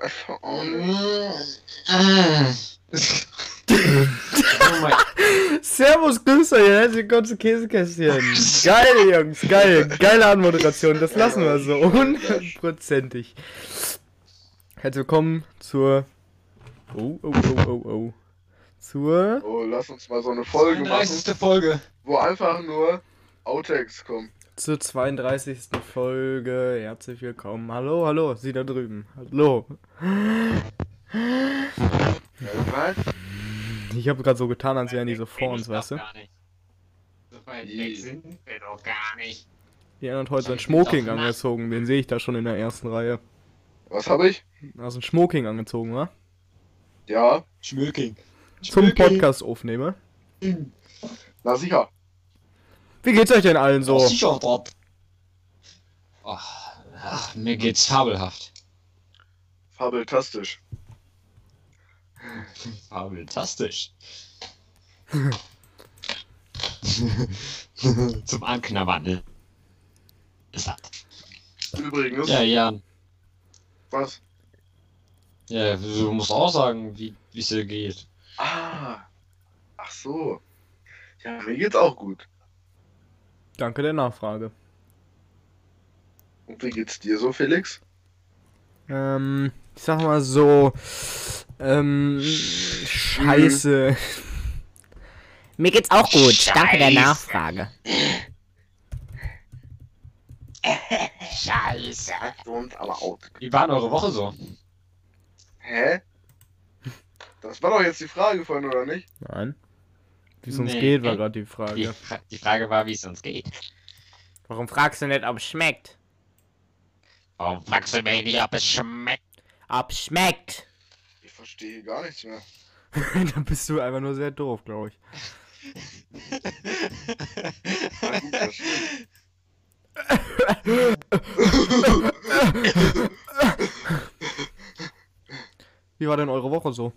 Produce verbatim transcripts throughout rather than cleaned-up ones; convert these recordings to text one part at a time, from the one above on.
einfach auch nicht. Oh mein Servus, grüß euch, herzlich willkommen zu Käsekästchen. Geil, Jungs, geil. Geile Anmoderation, das lassen wir so. Hundertprozentig. Herzlich willkommen zur... Oh, oh, oh, oh, oh. Zur... Oh, lass uns mal so eine Folge machen, zweiunddreißigste Folge. wo einfach nur Outtakes kommen. Zur zweiunddreißigsten Folge. Herzlich willkommen. Hallo, hallo, Sie da drüben. Hallo. Ja, nein? Ich habe gerade so getan, als wären die so vor uns, weißt du? Gar nicht. So weit weg sind wir doch gar nicht. Jana hat heute sein Smoking angezogen, den sehe ich da schon in der ersten Reihe. Was habe ich? Also ein Smoking angezogen, wa? Ja, Schmöking. Zum Podcast aufnehme. na sicher. Wie geht's euch denn allen so? So. Sicher dort. Ach, ach, mir geht's fabelhaft. Fabeltastisch. Fabeltastisch. Zum Anknabbern, ne? Ist das. Übrigens, Ja, ja. was? Ja, du musst auch sagen, wie es dir geht. Ah, ach so. Ja, mir geht's auch gut. Danke der Nachfrage. Und wie geht's dir so, Felix? Ähm, ich sag mal so, ähm, scheiße. Mir geht's auch gut. Scheiße. Danke der Nachfrage. Scheiße. Sonst aber out. Wie war denn eure Woche so? Hä? Das war doch jetzt die Frage vorhin, oder nicht? Nein. Wie es uns Nee. geht, war gerade die Die, Frage. Fra die Frage war, wie es uns geht. Warum fragst du nicht, ob es schmeckt? Warum fragst du mich nicht, ob es schmeckt? Ob es schmeckt. Ich verstehe gar nichts mehr. Da bist du einfach nur sehr doof, glaube ich. Na gut, das stimmt. Wie war denn eure Woche so?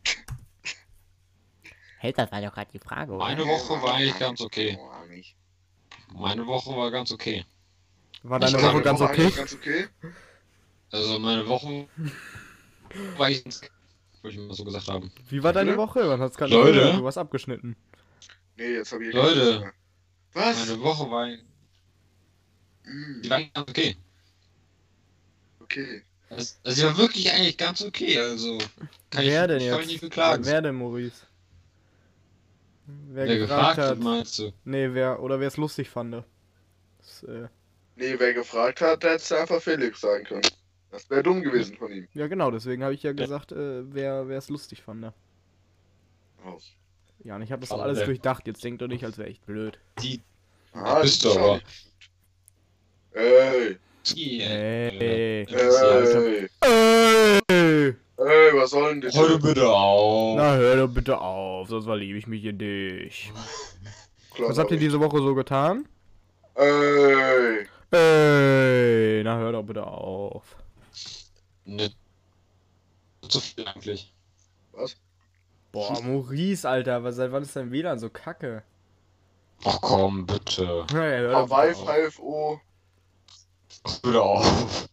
Hey, das war doch gerade die Frage, oder? Meine Woche war eigentlich ganz okay. Oh, nicht. Meine Woche war ganz okay. War Ich deine war Woche Deine ganz Woche okay? eigentlich Ganz okay? Also meine Woche war ich ganz, würde ich mal so gesagt haben. Wie war deine Woche? Man hat's gerade Leute. nicht gehört, du warst abgeschnitten. Nee, jetzt habe ich Leute. keine Lust mehr. Was? Meine Woche war, Hm, die war ganz okay. okay. Also, also die war wirklich eigentlich ganz okay, also kann Wer ich, denn ich kann mich jetzt? nicht beklagen. Wer denn, Maurice? Wer, Wer gefragt, gefragt hat, hat. meinst du? Nee, wer, oder wer es lustig fand. Das, äh, Nee, wer gefragt hat, der hätte einfach Felix sagen können. Das wäre dumm gewesen von ihm. ja genau, deswegen habe ich ja gesagt, äh, wer wer es lustig fand. Oh. Ja, und ich habe das doch Aber alles wer- durchdacht, jetzt denkt doch nicht, als wäre ich blöd. Die Ah, bist das du ist aber. auch- Ey, Die, Ey. äh, interessiert. ey, Ey! ey, was soll denn das? Heute bitte auf. Na, hör doch bitte auf, sonst verliebe ich mich in dich. Klar, Was habt ihr diese Woche so getan? Ey, Ey, na hör doch bitte auf. Nicht zu viel eigentlich. was? Boah, Maurice, Alter, was, seit wann ist dein W L A N so kacke? Ach komm, bitte. Ja, hör doch Hawaii bitte auf. fünf O. Ach, bitte auf.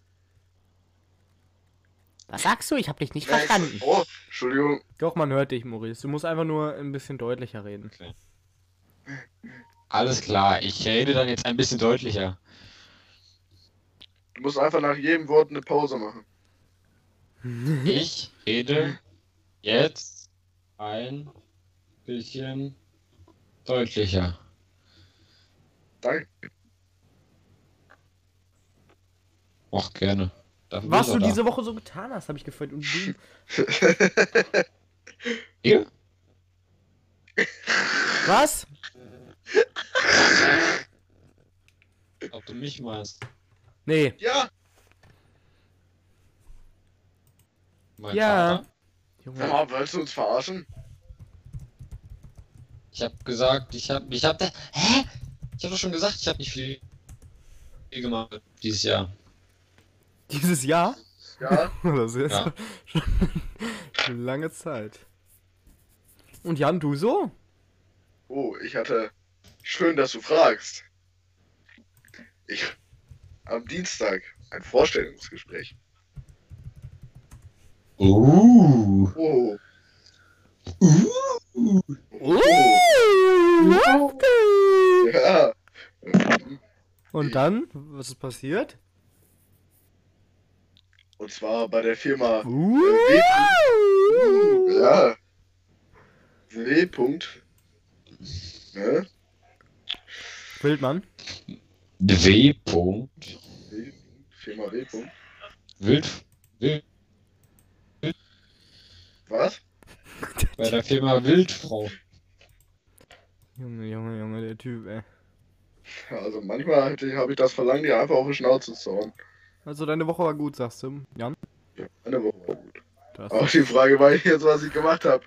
Was sagst du? Ich hab dich nicht Nein, verstanden. Oh, Entschuldigung. Doch, man hört dich, Maurice. Du musst einfach nur ein bisschen deutlicher reden. Alles klar, ich rede dann jetzt ein bisschen deutlicher. Du musst einfach nach jedem Wort eine Pause machen. Ich rede jetzt ein bisschen deutlicher. Danke. Auch gerne. Dafür Was bin du ich doch diese Woche so getan hast, habe ich gefreut. Und du. da. Hier? Was? Ob du mich meinst? Nee. Ja, Mein Ja. Vater? Junge. sag mal, willst du uns verarschen? Ich hab gesagt, ich hab, ich hab da, hä? Ich hab doch schon gesagt, ich hab nicht viel, viel gemacht dieses Jahr. Dieses Jahr? Ja, Das ist Ja. schon eine lange Zeit. Und Jan, du so? oh, ich hatte. Schön, dass du fragst. Ich. Am Dienstag ein Vorstellungsgespräch. Uh. Oh. Uh. Oh. Ja. Und dann, was ist passiert? Und zwar bei der Firma Uh. W. Ja. W. Punkt. Ne? Wildmann. W. Punkt. W. Firma W. Punkt. Wild. Wild. Was? Bei der Firma Wildfrau. Junge, Junge, Junge, der Typ, ey. Also manchmal habe ich das Verlangen, dir einfach auf die Schnauze zu hauen. Also deine Woche war gut, sagst du, Jan? Ja, eine Woche war gut. Das Aber die Frage war jetzt, was ich gemacht habe.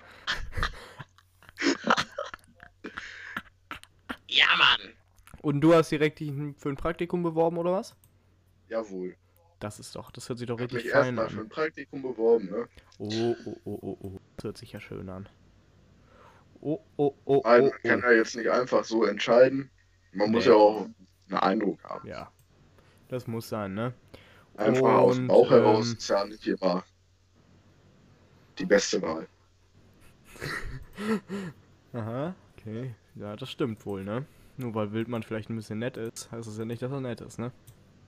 Ja, Mann. Und du hast direkt dich für ein Praktikum beworben, oder was? Jawohl. Das ist doch, das hört sich doch Ich habe richtig mich fein erstmal für an. ein Praktikum beworben, ne? Oh, oh, oh, oh, oh. Das hört sich ja schön an. Oh, oh, oh, Man oh, kann oh. ja jetzt nicht einfach so entscheiden. Man muss Nee. ja auch einen Eindruck haben. Ja, das muss sein, ne? Einfach aus dem Und, Bauch heraus ähm, ist ja nicht immer die beste Wahl. Aha, okay. Ja, das stimmt wohl, ne? Nur weil Wildmann vielleicht ein bisschen nett ist, heißt es ja nicht, dass er nett ist, ne?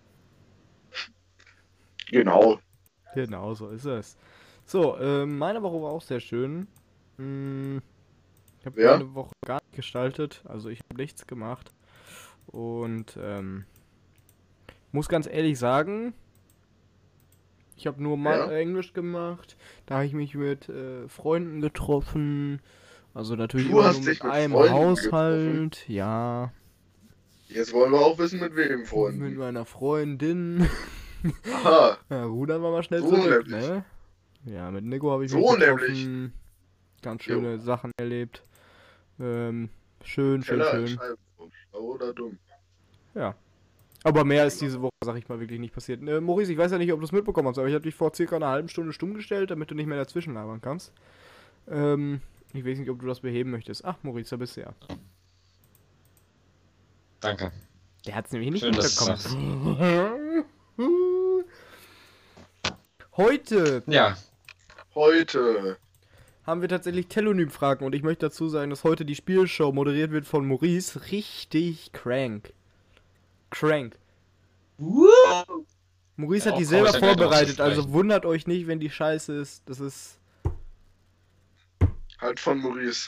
Genau. Genau, so ist es. So, ähm, meine Woche war auch sehr schön. Hm, ich habe Ja? meine Woche gar nicht gestaltet, also ich habe nichts gemacht. Und, ähm, muss ganz ehrlich sagen, ich habe nur mal Ja? Englisch gemacht. Da habe ich mich mit äh, Freunden getroffen. Also natürlich Du immer hast nur dich mit mit einem Freunden Haushalt. Ja, Jetzt wollen wir auch wissen, mit wem, mit Freunden. meiner Freundin. Aha. Ja, rudern wir mal schnell So zurück, nämlich. ne? Ja, mit Nico habe ich So mich getroffen. nämlich. Ganz Jo. schöne Sachen erlebt. Ähm, schön, schön, Keller schön. entscheiden, schlau oder dumm. Ja. Aber mehr ist diese Woche, sag ich mal, wirklich nicht passiert. Äh, Maurice, ich weiß ja nicht, ob du es mitbekommen hast, aber ich habe dich vor circa einer halben Stunde stumm gestellt, damit du nicht mehr dazwischen labern kannst. Ähm, ich weiß nicht, ob du das beheben möchtest. Ach, Maurice, da bist du ja. Danke. Der hat es nämlich nicht Schön, dass du mitbekommen. Heute Ja. Heute. haben wir tatsächlich Telonym-Fragen und ich möchte dazu sagen, dass heute die Spielshow moderiert wird von Maurice. Richtig crank. Crank. Maurice hat Ja, die komm, selber ist ja geil, vorbereitet, drauf zu also wundert euch nicht, wenn die scheiße ist. Das ist... Halt von Maurice.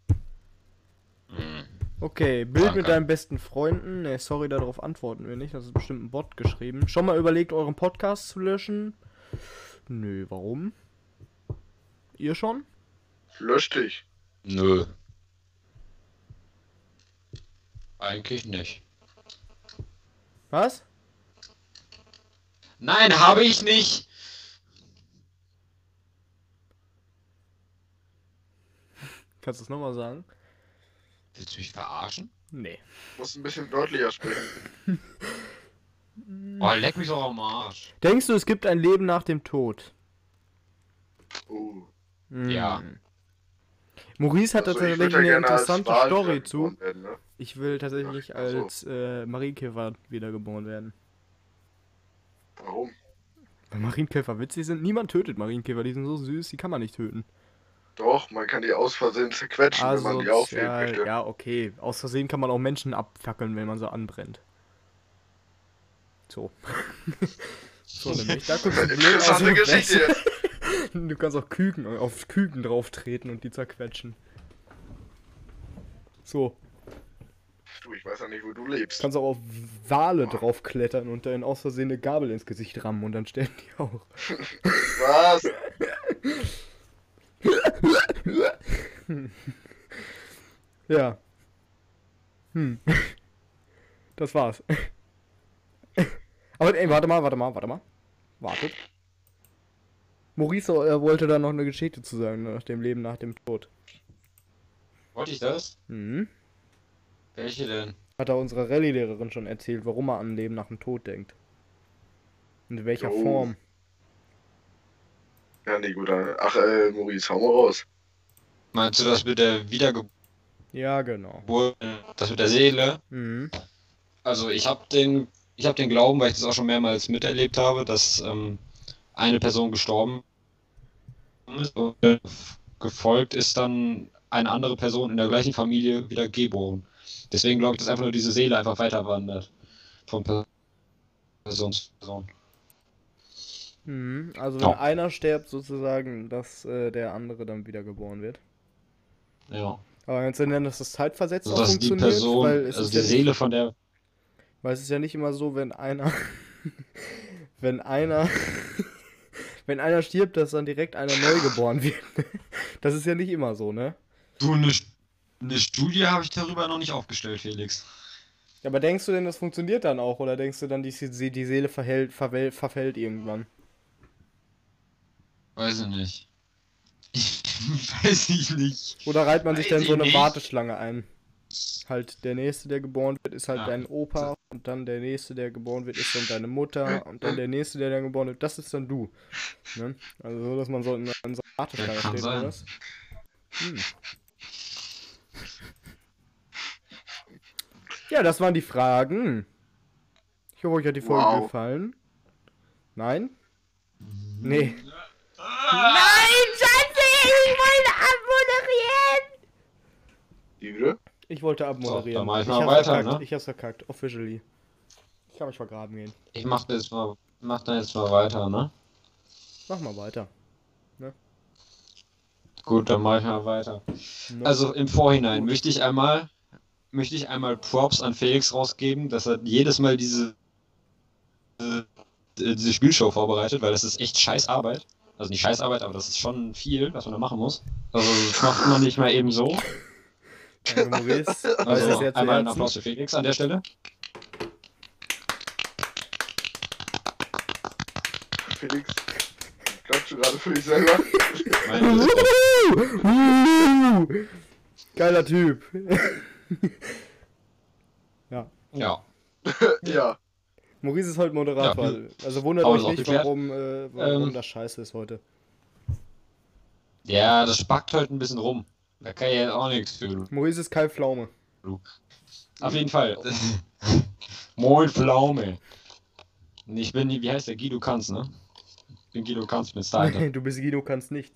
Hm. Okay, Bild Danke. mit deinen besten Freunden. Ne, sorry, darauf antworten wir nicht. Das ist bestimmt ein Bot geschrieben. Schon mal überlegt, euren Podcast zu löschen? Nö, warum? Ihr schon? Lösch dich. Nö. Eigentlich nicht. Was? Nein, habe ich nicht. Kannst du es nochmal sagen? Willst du mich verarschen? Nee. Du musst ein bisschen deutlicher sprechen. Oh, leck mich doch am Arsch. Denkst du, es gibt ein Leben nach dem Tod? Oh. Hm. Ja. Maurice hat Also, da ich tatsächlich würd ja eine gerne als interessante Wal Story wiedergeboren zu. werden, ne? Ich will tatsächlich Ach, ach so. als äh, Marienkäfer wiedergeboren werden. Warum? Weil Marienkäfer witzig sind. Niemand tötet Marienkäfer, die sind so süß, die kann man nicht töten. Doch, man kann die aus Versehen zerquetschen, wenn man die aufheben ja, möchte. ja, okay. Aus Versehen kann man auch Menschen abfackeln, wenn man so anbrennt. So. So nämlich. Da kommst du blöd aus Interessante dem Geschichte Fest. jetzt. Du kannst auch Küken, auf Küken drauf treten und die zerquetschen. So. Du, ich weiß ja nicht, wo du lebst. Kannst auch auf Wale draufklettern und dann aus Versehen eine Gabel ins Gesicht rammen und dann sterben die auch. Was? Ja. Hm. Das war's. Aber ey, warte mal, warte mal, warte mal. Wartet. Maurice äh, wollte da noch eine Geschichte zu sagen, nach dem Leben nach dem Tod. Wollte ich das? Mhm. Welche denn? Hat er unserer Rallye-Lehrerin schon erzählt, warum er an Leben nach dem Tod denkt. Und in welcher Jo. Form. Ja, nee, gut. dann- Ach, äh, Maurice, hau mal raus. Meinst du das mit der Wiedergeburt, Ja, genau. das mit der Seele? Mhm. Also ich habe den, ich habe den Glauben, weil ich das auch schon mehrmals miterlebt habe, dass ähm, eine Person gestorben ist und äh, gefolgt ist dann eine andere Person in der gleichen Familie wieder geboren. Deswegen glaube ich, dass einfach nur diese Seele einfach weiter wandert. Von Person zu Person. Mhm. Also wenn Ja. einer stirbt, sozusagen, dass äh, der andere dann wiedergeboren wird. Ja. Aber kannst du nennen, dass das zeitversetzt Also auch dass die funktioniert? Person, Weil es also ist die ja nicht, Seele von der. weil es ist ja nicht immer so, wenn einer, wenn einer, wenn einer stirbt, dass dann direkt einer neu geboren wird. Das ist ja nicht immer so, ne? Du, eine, eine Studie habe ich darüber noch nicht aufgestellt, Felix. Ja, aber denkst du denn, das funktioniert dann auch? Oder denkst du dann, die, die die Seele verhält, verwäl- verfällt irgendwann? Weiß ich nicht. Weiß ich nicht. Oder reiht man sich Weiß dann so ich eine nicht. Warteschlange ein? Halt der Nächste, der geboren wird, ist halt Ja. dein Opa. Und dann der Nächste, der geboren wird, ist dann deine Mutter. Und dann der Nächste, der dann geboren wird, das ist dann du. Ne? Also so, dass man so in, in so einer Warteschlange Ja, kann steht, oder sein. was? Hm. Ja, das waren die Fragen. Ich hoffe, euch hat die Folge Wow. gefallen. Nein? Nee. Nein, Schatzi, ich wollte abmoderieren! Die wieder? Ich wollte So, abmoderieren. dann mach ich ich mal hab's weiter, verkackt. ne? Ich hab's verkackt. Officially. Ich kann mich vergraben gehen. Ich mach jetzt mal, mach dann jetzt mal weiter, ne? Mach mal weiter. Gut, dann mach ich mal weiter. No. Also im Vorhinein möchte ich einmal, möchte ich einmal Props an Felix rausgeben, dass er jedes Mal diese, äh, diese Spielshow vorbereitet, weil das ist echt scheiß Arbeit. Also nicht scheiß Arbeit, aber das ist schon viel, was man da machen muss. Also das macht man nicht mal eben so. Danke, Maurice. Weiß das Also jetzt einmal einen Herzen? Applaus für Felix an der Stelle. Felix, glaubst du gerade für dich selber? Mein Respekt. Uh, Geiler Typ. Ja. Ja. Maurice ist heute Moderator. Ja. Also wundert Haben wir euch das auch nicht, geklärt? warum, äh, warum Ähm. das scheiße ist heute. Ja, das spackt heute ein bisschen rum. Da kann ich jetzt auch nichts für. Maurice ist Kai Pflaume. Auf jeden Fall. Moin Pflaume. Ich bin, wie heißt der? Guido Kanz, ne? Ich bin Guido Kanz mit Style. Du bist Guido, kannst nicht.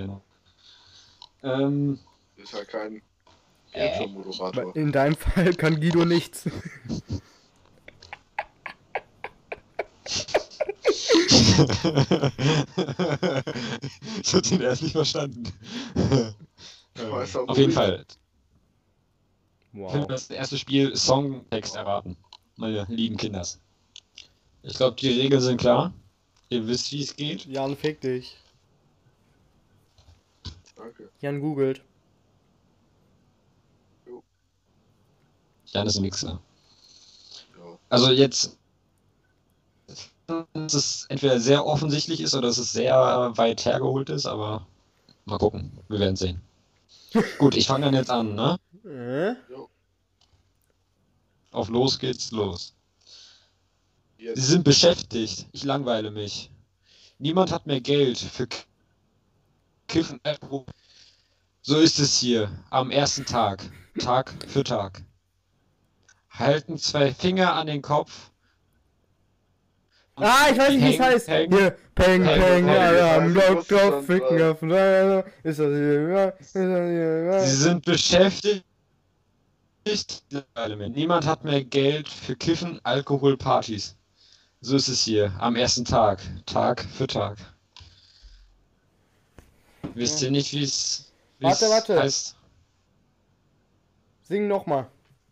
ähm, Ist halt kein Äh. Aber Intro-Moderator. in deinem Fall kann Guido nichts. ich hab den erst nicht verstanden. Ich weiß auch Auf jeden nicht. Fall. Wow. Das erste Spiel Songtext erraten. Meine lieben Kinders. Ich glaube, die Regeln sind klar. Ihr wisst, wie es geht. Jan, fick dich. Danke. Jan googelt. Jan ist ein Mixer. Ja. Also jetzt, dass es entweder sehr offensichtlich ist oder dass es sehr weit hergeholt ist, aber mal gucken. Wir werden sehen. Gut, ich fange dann jetzt an, ne? Äh? Auf los geht's los. Sie Jetzt. sind beschäftigt. Ich langweile mich. Niemand hat mehr Geld für K- Kiffen. Alkohol. So ist es hier. Am ersten Tag. Tag für Tag. Halten zwei Finger an den Kopf. und Ah, ich weiß nicht, wie es hängen, heißt. hängen. Hier, Peng, Peng, Peng, Peng. Alarm, Ich weiß Block, nicht, was Block, das Ficken war. auf den Reiher. Ist das hier, ist das hier, Sie sind beschäftigt. Niemand hat mehr Geld für Kiffen, Alkohol, Partys. So ist es hier. Am ersten Tag. Tag für Tag. Wisst ihr nicht, wie es wie Warte, es warte. heißt? Sing nochmal.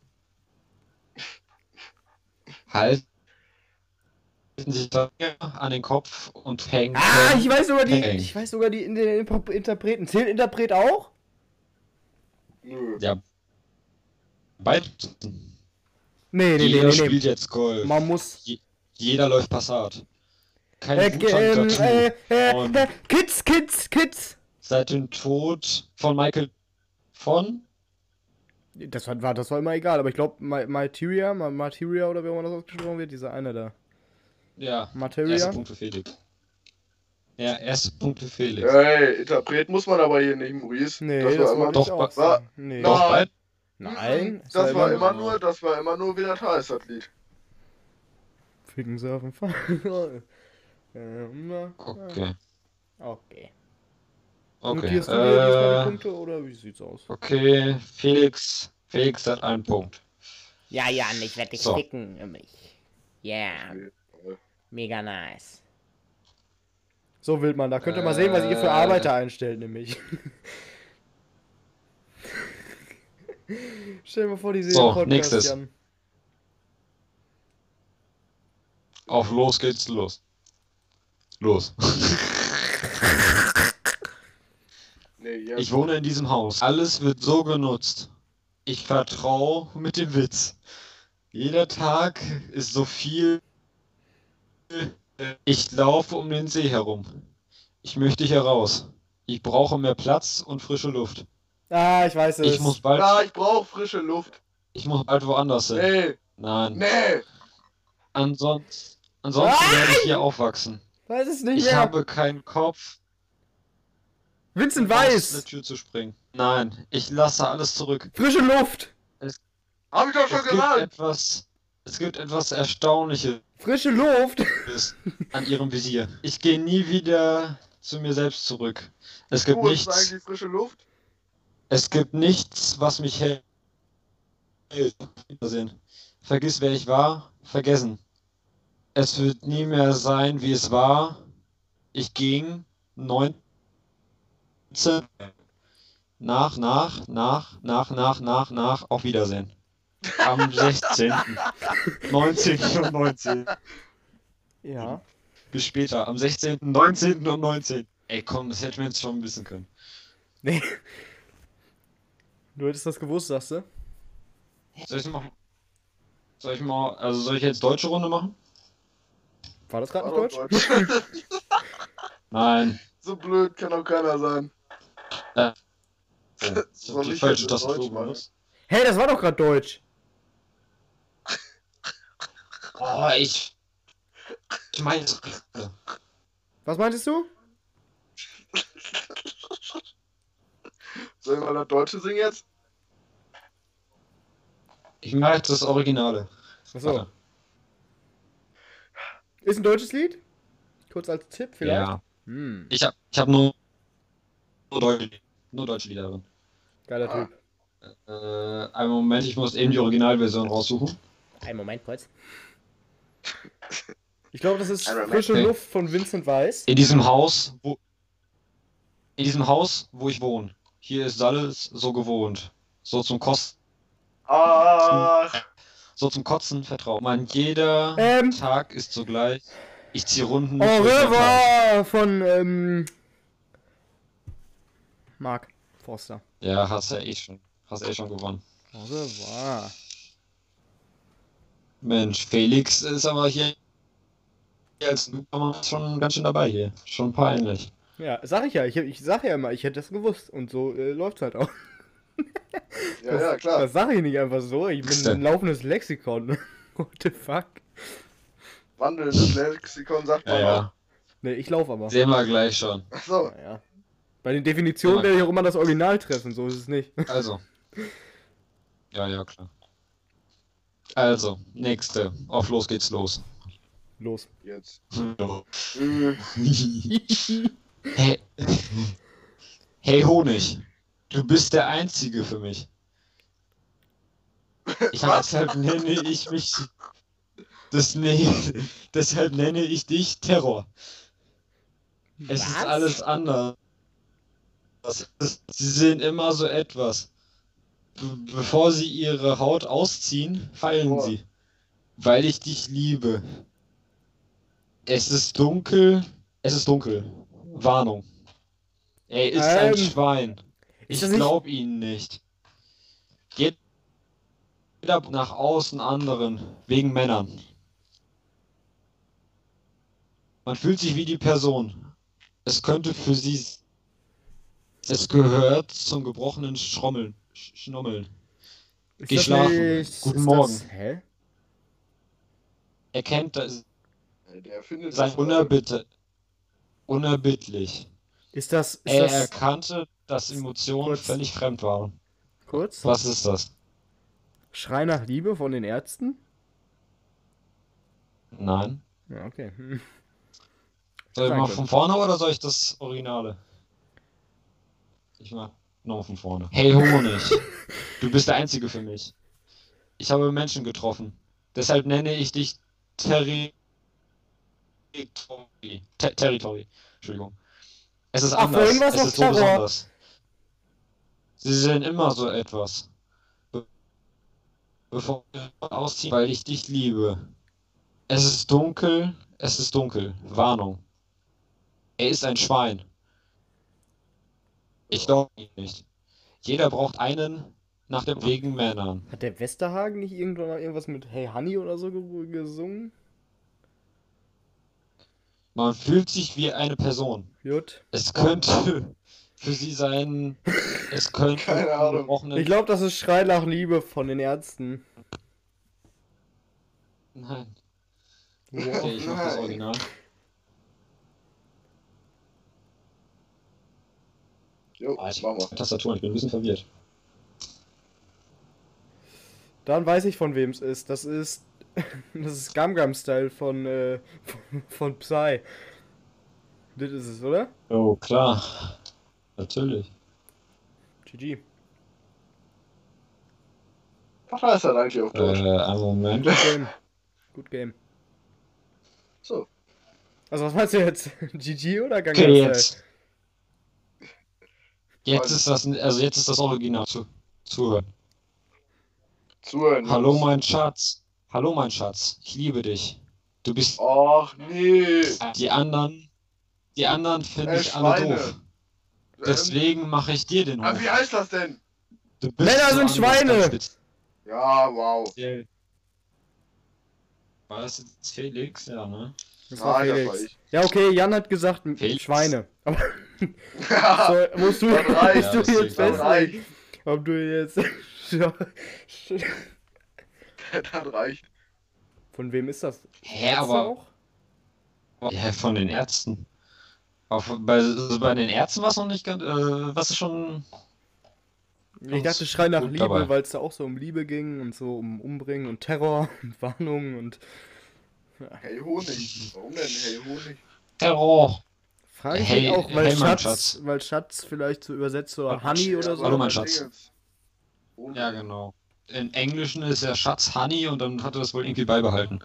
Halten sich die Finger an den Kopf und hängen. Ah, ich weiß sogar die, Peng. ich weiß sogar die in den Imp- Interpreten. Zählt Interpret auch? Nö. Ja. Beide. Nee, nee, nee, Jeder nee, spielt nee. jetzt Golf. Man muss. Jeder läuft Passat. Kein Äh, ge- ähm, Wu-Tang-Tattoo. äh, äh, Und- äh, Kids, Kids, Kids. Seit dem Tod von Michael von Das war, war, das war immer egal, aber ich glaube, Materia, Ma- Materia oder wie auch immer das ausgesprochen wird, dieser eine da. ja, Materia? erster Punkt für Felix. Ja, erster Punkt für Felix. Ey, Interpret muss man aber hier nicht, Maurice. Nee, das das, war immer wollte ich Doch, auch war- sagen. Nee. Doch. Doch, beid? Nein, es Das war immer nur- nur, das war immer nur, wie das heißt, das Lied. Ficken sie auf den Fall. Ähm, Okay. Okay. Okay. Notierst du dir diesmal die Äh, Punkte oder wie sieht's aus? okay, Felix. Felix hat einen Punkt. Ja, Jan, ich werde dich So. ficken um mich. Yeah, mega nice. So, Wildmann, da könnt ihr mal sehen, was ihr für Äh. Arbeiter einstellt, nämlich. Stell dir mal vor, die sehen So, den Podcast, nächstes. Jan. Auf los geht's los. Los. Nee, ja. Ich wohne in diesem Haus. Alles wird so genutzt. Ich vertraue mit dem Witz. Jeder Tag ist so viel. Ich laufe um den See herum. Ich möchte hier raus. Ich brauche mehr Platz und frische Luft. Ah, ich weiß es. Ich muss bald, Ja, ich brauche frische Luft. ich muss bald woanders hin. Nee, Nein. nee. Ansonsten, ansonsten werde ich hier aufwachsen. Weiß es nicht Ich mehr. habe keinen Kopf, Vincent aus der Weiss. Tür zu springen. Nein, ich lasse alles zurück. Frische Luft. Hab ich doch schon Es gibt gesagt. etwas, es gibt etwas Erstaunliches Frische Luft. an ihrem Visier. Ich gehe nie wieder zu mir selbst zurück. Es gibt Du, ist nichts, eigentlich frische Luft? es gibt nichts, was mich hält. Wiedersehen. Vergiss, wer ich war, vergessen. Es wird nie mehr sein, wie es war. Ich ging neunzehn nach, nach, nach, nach, nach, nach, nach, auf Wiedersehen. Am sechzehnten neunzehnten und neunzehnten Ja. Bis später, am sechzehnten neunzehnten und neunzehnten Ey, komm, das hätten wir jetzt schon wissen können. Nee. Du hättest das gewusst, sagst du? Soll ich machen? Soll ich mal, also soll ich jetzt deutsche Runde machen? War das gerade War nicht doch Deutsch? Deutsch. Nein. So blöd kann doch keiner sein. Äh, Das soll die ich falsche jetzt in Tastatur Deutsch machen. benutzt. Hey, das war doch gerade Deutsch. Oh, ich. Ich meine. Was meintest du? Soll ich mal das Deutsche singen jetzt? Ich mache jetzt das Originale. Achso. Warte. Ist ein deutsches Lied? Kurz als Tipp vielleicht? Ja. Hm, Ich hab, ich hab nur, nur, deutsche, nur deutsche Lieder drin. geiler Ah. Typ. Äh, einen Moment, ich muss eben die Originalversion raussuchen. Einen Moment kurz. Ich glaube, das ist Iron Man. Frische Okay. Luft von Vincent Weiss. In diesem Haus, wo. In diesem Haus, wo ich wohne. Hier ist alles so gewohnt. So zum Kosten. Ach, So zum Kotzen vertraut man. Jeder Ähm. Tag ist zugleich. Ich zieh Runden. Au durch mein Haus. revoir von ähm, Mark Forster. Ja, hast ja eh schon. Hast eh schon gewonnen. Au revoir. Mensch, Felix ist aber hier als Newcomer schon ganz schön dabei hier. Schon peinlich. Ja, sag ich ja. Ich, ich sag ja immer, ich hätte das gewusst. Und so äh, läuft's halt auch. ja, ja, klar. Das sag ich nicht einfach so. Ich bin ein laufendes Lexikon. What the fuck? Wandelndes Lexikon sagt Ja, man auch. ja. Ne, ich lauf aber. Sehen wir gleich schon. Achso, Naja. Bei den Definitionen Ja. werde ich auch immer das Original treffen, so ist es nicht. Also. Ja, ja, klar. Also, nächste. Auf los geht's los. Los. jetzt. Äh, Hey. Hey Honig, du bist der Einzige für mich. Ich deshalb nenne ich mich. Das ne, deshalb nenne ich dich Terror. Es ist Was? alles anders. Es ist- Sie sehen immer so etwas. Be bevor sie ihre Haut ausziehen, fallen Boah. sie. Weil ich dich liebe. Es ist dunkel. Es ist dunkel. Warnung. Er ist ein Ähm, Schwein. Ich das nicht- glaub ihnen nicht. Geht jeder nach außen anderen. Wegen Männern. Man fühlt sich wie die Person. Es könnte für sie. Es gehört zum gebrochenen Schrommeln. Sch Schnommeln. Ist Geh das schlafen. nicht- Guten ist Morgen. Das, hä? Er kennt das. Der findet Sein das unerbitte. Unerbittlich. Ist das. Ist Er das erkannte, dass Emotionen Kurz. völlig fremd waren. kurz? Was ist das? Schrei nach Liebe von den Ärzten? Nein. Ja, okay. Hm. Soll ich Sein mal können. von vorne oder soll ich das Originale? Ich mach nochmal von vorne. Hey Honig, du bist der Einzige für mich. Ich habe Menschen getroffen. Deshalb nenne ich dich Terry... Ter Territory. Entschuldigung. Es ist Ach, anders. vorhin war's Es noch ist so Terror. besonders. Sie sind immer so etwas. Be bevor wir ausziehen, weil ich dich liebe. Es ist dunkel. Es ist dunkel. Warnung. Er ist ein Schwein. Ich glaube ihn nicht. Jeder braucht einen nach dem wegen Männern. Hat der Westerhagen nicht irgendwann mal irgendwas mit Hey Honey oder so ge gesungen? Man fühlt sich wie eine Person. Gut. Es könnte für sie sein. Es könnte. Keine Ahnung. gebrochenen- Ich glaube, das ist Schrei nach Liebe von den Ärzten. Nein. Wow. Okay, ich mach das nein. Original. Jo, Ah, ich machen wir. Tastatur, ich bin ein bisschen verwirrt. Dann weiß ich, von wem es ist. Das ist. Das ist Gangnam Style von, äh, von, von Psy. Das ist es, oder? Oh, klar. Natürlich. G G. Was heißt das eigentlich auf Äh, Deutsch? einen Moment. Good Game. Good Game. So. Also, was meinst du jetzt? G G oder Gangnam Okay, Style? jetzt. Jetzt ist das, also jetzt ist das Original zu, zuhören. Zuhören. Hallo, Jungs. mein Schatz. Hallo, mein Schatz. Ich liebe dich. Du bist Och, nee. die anderen. Die anderen finde Äh, ich alle Schweine. doof. Ähm, Deswegen mache ich dir den ah, Hof. wie heißt das denn? Du bist Männer sind anders, Schweine. ganz Ja, wow. speziell. War das jetzt Felix? Ja, ne? Das war Nein, das Felix. war ich. Ja, okay, Jan hat gesagt m- Felix. Schweine. Aber Ja, so, musst du, Das reicht. musst du Ja, jetzt das das festlegen, reicht. ob du jetzt. Das reicht. Von wem ist das? Hä, Ärzte aber. auch? Ja, von den Ärzten. Auch bei, also bei den Ärzten war es noch nicht ganz. Äh, was ist schon. Ich dachte, Schrei nach gut Liebe, dabei. weil es da auch so um Liebe ging und so um Umbringen und Terror und Warnung und. Hey Honig. Warum denn Hey Honig? Terror. Frage ich Hey- mich auch, weil hey, mein Schatz, Schatz. weil Schatz vielleicht so übersetzt so Hallo, Honey oder so. Hallo, mein aber Schatz. Dingens. Honig. Ja, genau. Im Englischen ist der Schatz Honey und dann hat er das wohl irgendwie beibehalten.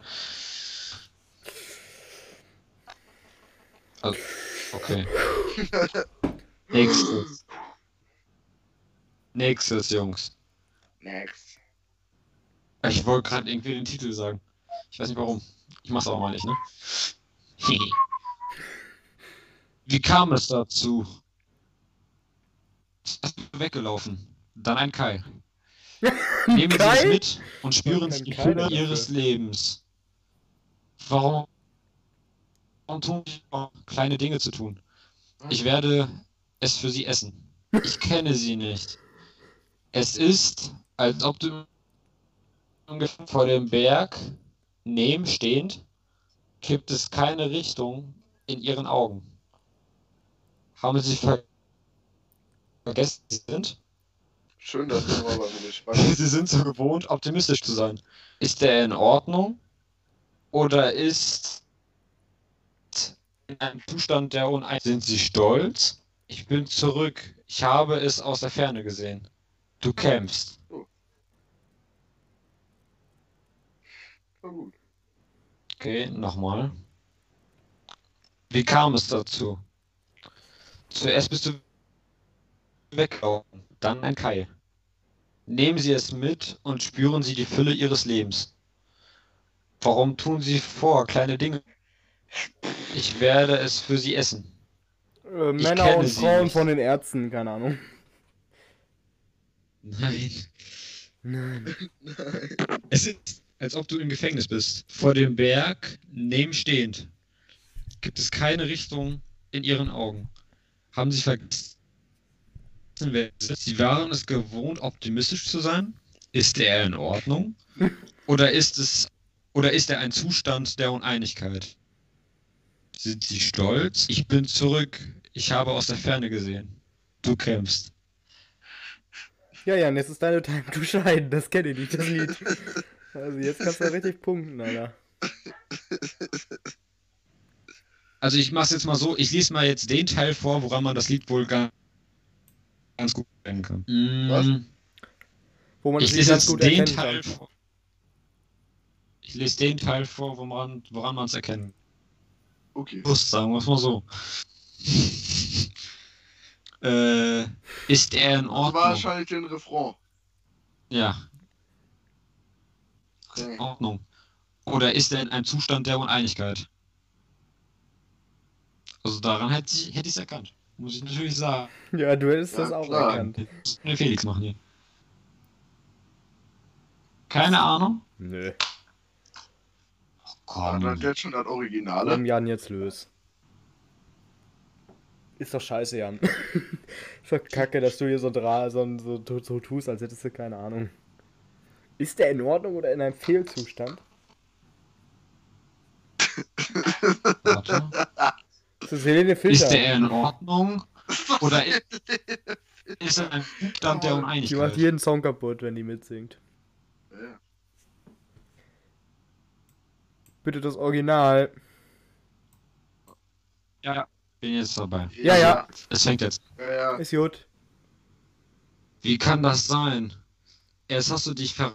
Also, okay. Nächstes. Nächstes, Jungs. Next. Ich wollte gerade irgendwie den Titel sagen. Ich weiß nicht warum. Ich mach's aber mal nicht, ne? Wie kam es dazu? Erst weggelaufen. Dann ein Kai. Nehmen Sie Kai? es mit und spüren Sie kein die Kai Fülle dafür. Ihres Lebens. Warum? Warum tun Sie noch kleine Dinge zu tun? Ich werde es für Sie essen. Ich kenne Sie nicht. Es ist, als ob du ungefähr vor dem Berg neben stehend, gibt es keine Richtung in Ihren Augen. Haben Sie ver vergessen, Sie sind? Schön, dass du mal bei mir gespannt Sie sind so gewohnt, optimistisch zu sein. Ist der in Ordnung? Oder ist in einem Zustand der Uneinigkeit? Sind Sie stolz? Ich bin zurück. Ich habe es aus der Ferne gesehen. Du kämpfst. War gut. Okay, nochmal. Wie kam es dazu? Zuerst bist du weggelaufen, dann ein Kai. Nehmen Sie es mit und spüren Sie die Fülle Ihres Lebens. Warum tun Sie vor kleine Dinge? Ich werde es für Sie essen. Äh, Ich Männer kenne und sie Frauen nicht. von den Ärzten, keine Ahnung. Nein. Nein. Es ist, als ob du im Gefängnis bist. Vor dem Berg, nebenstehend. Gibt es keine Richtung in Ihren Augen. Haben Sie vergessen, wer Sie sind? Sie waren es gewohnt, optimistisch zu sein? Ist er in Ordnung? Oder ist es, oder ist er ein Zustand der Uneinigkeit? Sind Sie stolz? Ich bin zurück. Ich habe aus der Ferne gesehen. Du kämpfst. Ja, Jan, jetzt ist deine Time to Shine. Das kenne ich nicht, das Lied. Also jetzt kannst du richtig punkten, Alter. Also ich mach's jetzt mal so, ich lese mal jetzt den Teil vor, woran man das Lied wohl gar ganz gut erkennen kann. Was? Mm, Wo man Ich es lese ganz jetzt gut den erkennen Teil kann. vor. Ich lese den Teil vor, woran, woran man es erkennen Okay. muss, sagen wir es mal so. äh, ist er in Das war Ordnung? wahrscheinlich den Refrain. Ja, in Okay. Ordnung. Oder ist er in einem Zustand der Uneinigkeit? Also daran hätte ich hätte ich es erkannt. Muss ich natürlich sagen. Ja, du hättest Ja, das auch klar. erkannt. Das muss Felix machen hier. Keine Ahnung. Nö. War das Komm. jetzt schon das Originale? Komm, Jan, jetzt lös. Ist doch scheiße, Jan. Ist doch kacke, dass du hier so, dra so, so, so, so tust, als hättest du keine Ahnung. Ist der in Ordnung oder in einem Fehlzustand? Warte. Das ist Helene Fischer. Ist der in Ordnung? Oder i- ist er in einem Zustand der Die macht Uneinigkeit? jeden Song kaputt, wenn die mitsingt. Ja. Bitte das Original. Ja, ja. Bin jetzt dabei. Ja, ja. Es fängt jetzt. Ja, ja. Ist gut. Wie kann das sein? Erst hast du dich verrannt,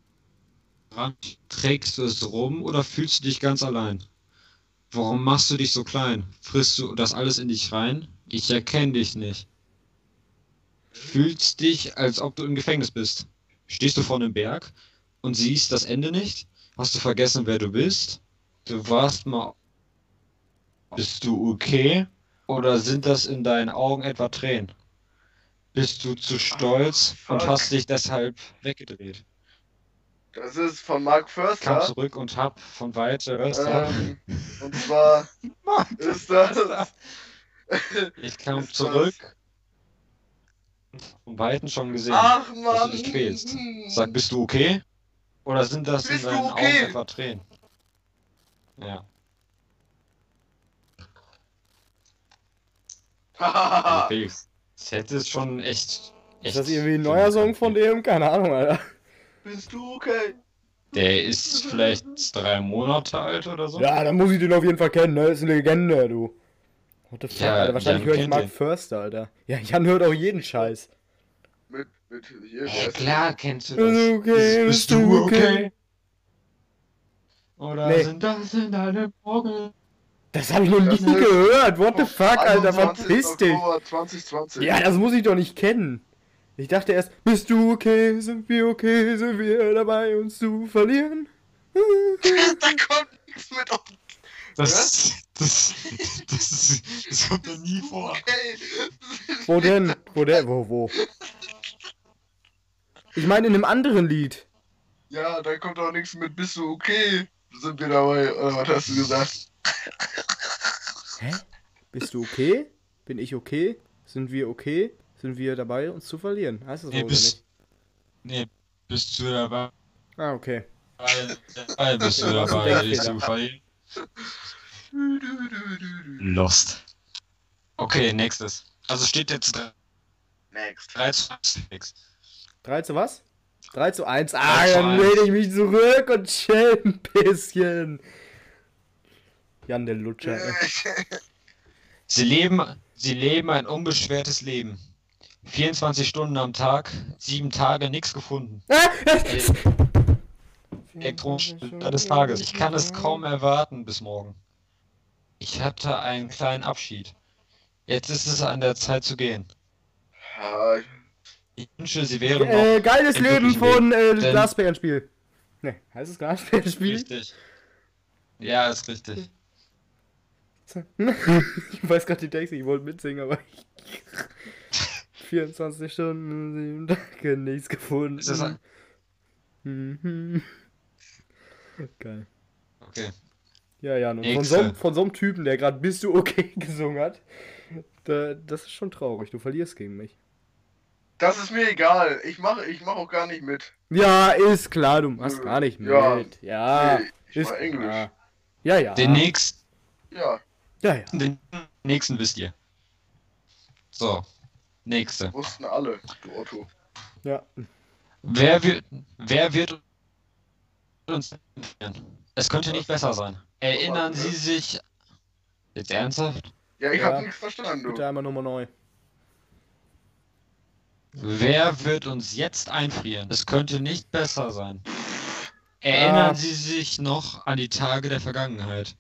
trägst du es rum oder fühlst du dich ganz allein? Warum machst du dich so klein? Frisst du das alles in dich rein? Ich erkenne dich nicht. Fühlst dich, als ob du im Gefängnis bist. Stehst du vor einem Berg und siehst das Ende nicht? Hast du vergessen, wer du bist? Du warst mal... Bist du okay? Oder sind das in deinen Augen etwa Tränen? Bist du zu stolz und fuck. hast dich deshalb weggedreht? Das ist von Mark Kam Förster. zurück und hab von weiter Röster. Ähm, und zwar ist das. Ich kam ist zurück und hab von Weitem schon gesehen, Ach dass man. du dich quälst. Sag, bist du okay? Oder sind das in Bist du deinen okay? Augen etwa Tränen? Ja. Also Felix, das hätte es schon echt. echt Ist das irgendwie ein neuer Song von dem? Keine Ahnung, Alter. Bist du okay? Der ist vielleicht drei Monate alt oder so. Ja, dann muss ich den auf jeden Fall kennen, ne? Ist eine Legende, du. What the fuck, Ja, Alter? Wahrscheinlich Jan höre ich kennt Mark den. Förster, Alter. Ja, Jan hört auch jeden Scheiß. Mit, mit hier. Ja, der ist- klar kennst du Bist das. du okay? Bist du okay? Oder Nee. sind das in deine Augen? Das habe ich noch nie Das ist gehört. What the fuck, Alter? einundzwanzigsten Verpiss dich. Oktober zwanzig zwanzig. Ja, das muss ich doch nicht kennen. Ich dachte erst, bist du okay? Sind wir okay? Sind wir dabei, uns zu verlieren? Da kommt nichts mit auf. Das, das, das, ist, das kommt doch nie vor. Okay. Wo denn? Wo denn? Wo, wo? Ich meine in einem anderen Lied. Ja, da kommt auch nichts mit. Bist du okay? Sind wir dabei? Oder was hast du gesagt? Hä? Bist du okay? Bin ich okay? Sind wir okay? Sind wir dabei, uns zu verlieren? Heißt das Nee, so oder bist, nicht? nee, bist du dabei? Ah, okay. Dabei bist du Ja, das ist ein dabei, dich Denkfehler. zu verlieren. Du, du, du, du, du. Lost. Okay, nächstes. Also steht jetzt Next. drei zu eins. drei zu was? drei zu eins. drei Ah, zu dann eins. lehne ich mich zurück und chill ein bisschen. Jan der Lutscher. ey. Sie leben, sie leben ein unbeschwertes Leben. vierundzwanzig Stunden am Tag, sieben Tage, nichts gefunden. Elektronstunde des Tages. Ich kann es kaum erwarten bis morgen. Ich hatte einen kleinen Abschied. Jetzt ist es an der Zeit zu gehen. Ja, Ich wünsche, sie wären noch Äh, geiles im Leben wirklichen von äh, Denn- Glasbärenspiel. Ne, heißt es Glasbärenspiel? richtig. Ja, ist richtig. Ich weiß gerade die Texte, ich wollte mitsingen, aber ich... vierundzwanzig Stunden, sieben Tage, nichts gefunden. Ist das ein... Mhm. Geil. Okay. Ja, ja, und von Nächste. so, einem- von so einem Typen, der gerade Bist du okay gesungen hat, da, das ist schon traurig, du verlierst gegen mich. das ist mir egal. Ich mache ich mach auch gar nicht mit. Ja, ist klar, du machst Nö. gar nicht mit. Ja. Ja, Nee, ich ist war Englisch. klar. Ja, ja. Den, nächsten, Ja, Ja, ja. den nächsten wisst ihr. So. Nächste. wussten alle, du Otto. Ja. Wer wird, wer wird uns informieren? Es könnte nicht besser sein. Erinnern Sie sich... Jetzt ernsthaft? Ja, ich Ja. hab nichts verstanden, du. Bitte einmal Nummer neu. Wer wird uns jetzt einfrieren? Es könnte nicht besser sein. Erinnern Ah. Sie sich noch an die Tage der Vergangenheit?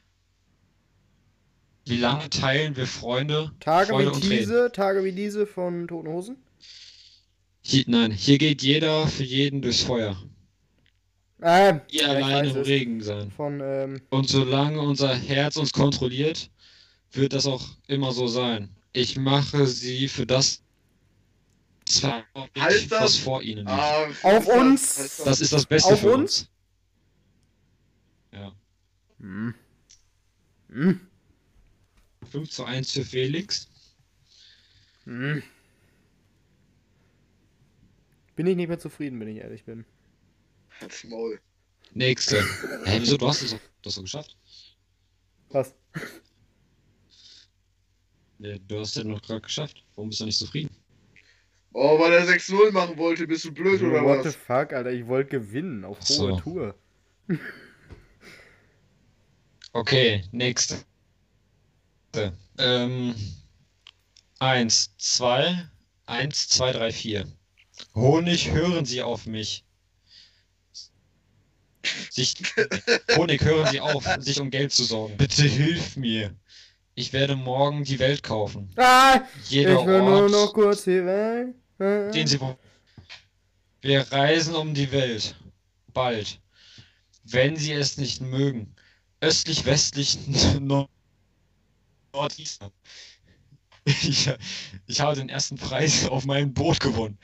Wie lange teilen wir Freunde, Tage Freude wie und Tränen? diese, Tage wie diese von Toten Hosen? Hier, nein, hier geht jeder für jeden durchs Feuer. Ähm, Ihr ja, ich allein weiß im es. Regen sein. Von, ähm, Und solange unser Herz uns kontrolliert, wird das auch immer so sein. Ich mache sie für das verantwortlich, Heißt das- was vor ihnen liegt. Ah, Auf ist das- uns! heißt Das ist das Beste Auf für uns? uns. Ja. hm. Hm. fünf zu eins für Felix. Hm. Bin ich nicht mehr zufrieden, wenn ich ehrlich bin. Halt's Maul. Nächste. Hä, wieso? Du hast es doch das so geschafft. Was? Nee, du hast es ja noch gerade geschafft. Warum bist du nicht zufrieden? Oh, weil er sechs null machen wollte, bist du blöd oder What the was? fuck, Alter, ich wollte gewinnen auf Ach so. hoher Tour. Okay, nächste. Ähm, eins, zwei, eins, zwei, drei, vier. Honig, hören Sie auf mich. Sich, Honig, hören Sie auf, sich um Geld zu sorgen. Bitte hilf mir. Ich werde morgen die Welt kaufen. Ah! Jeder ich will nur Ort, noch kurz hier weg. Ah. den Sie wo- Wir reisen um die Welt. Bald. Wenn Sie es nicht mögen. Östlich, westlich, Nord Nordisland. Ich, ich habe den ersten Preis auf meinem Boot gewonnen.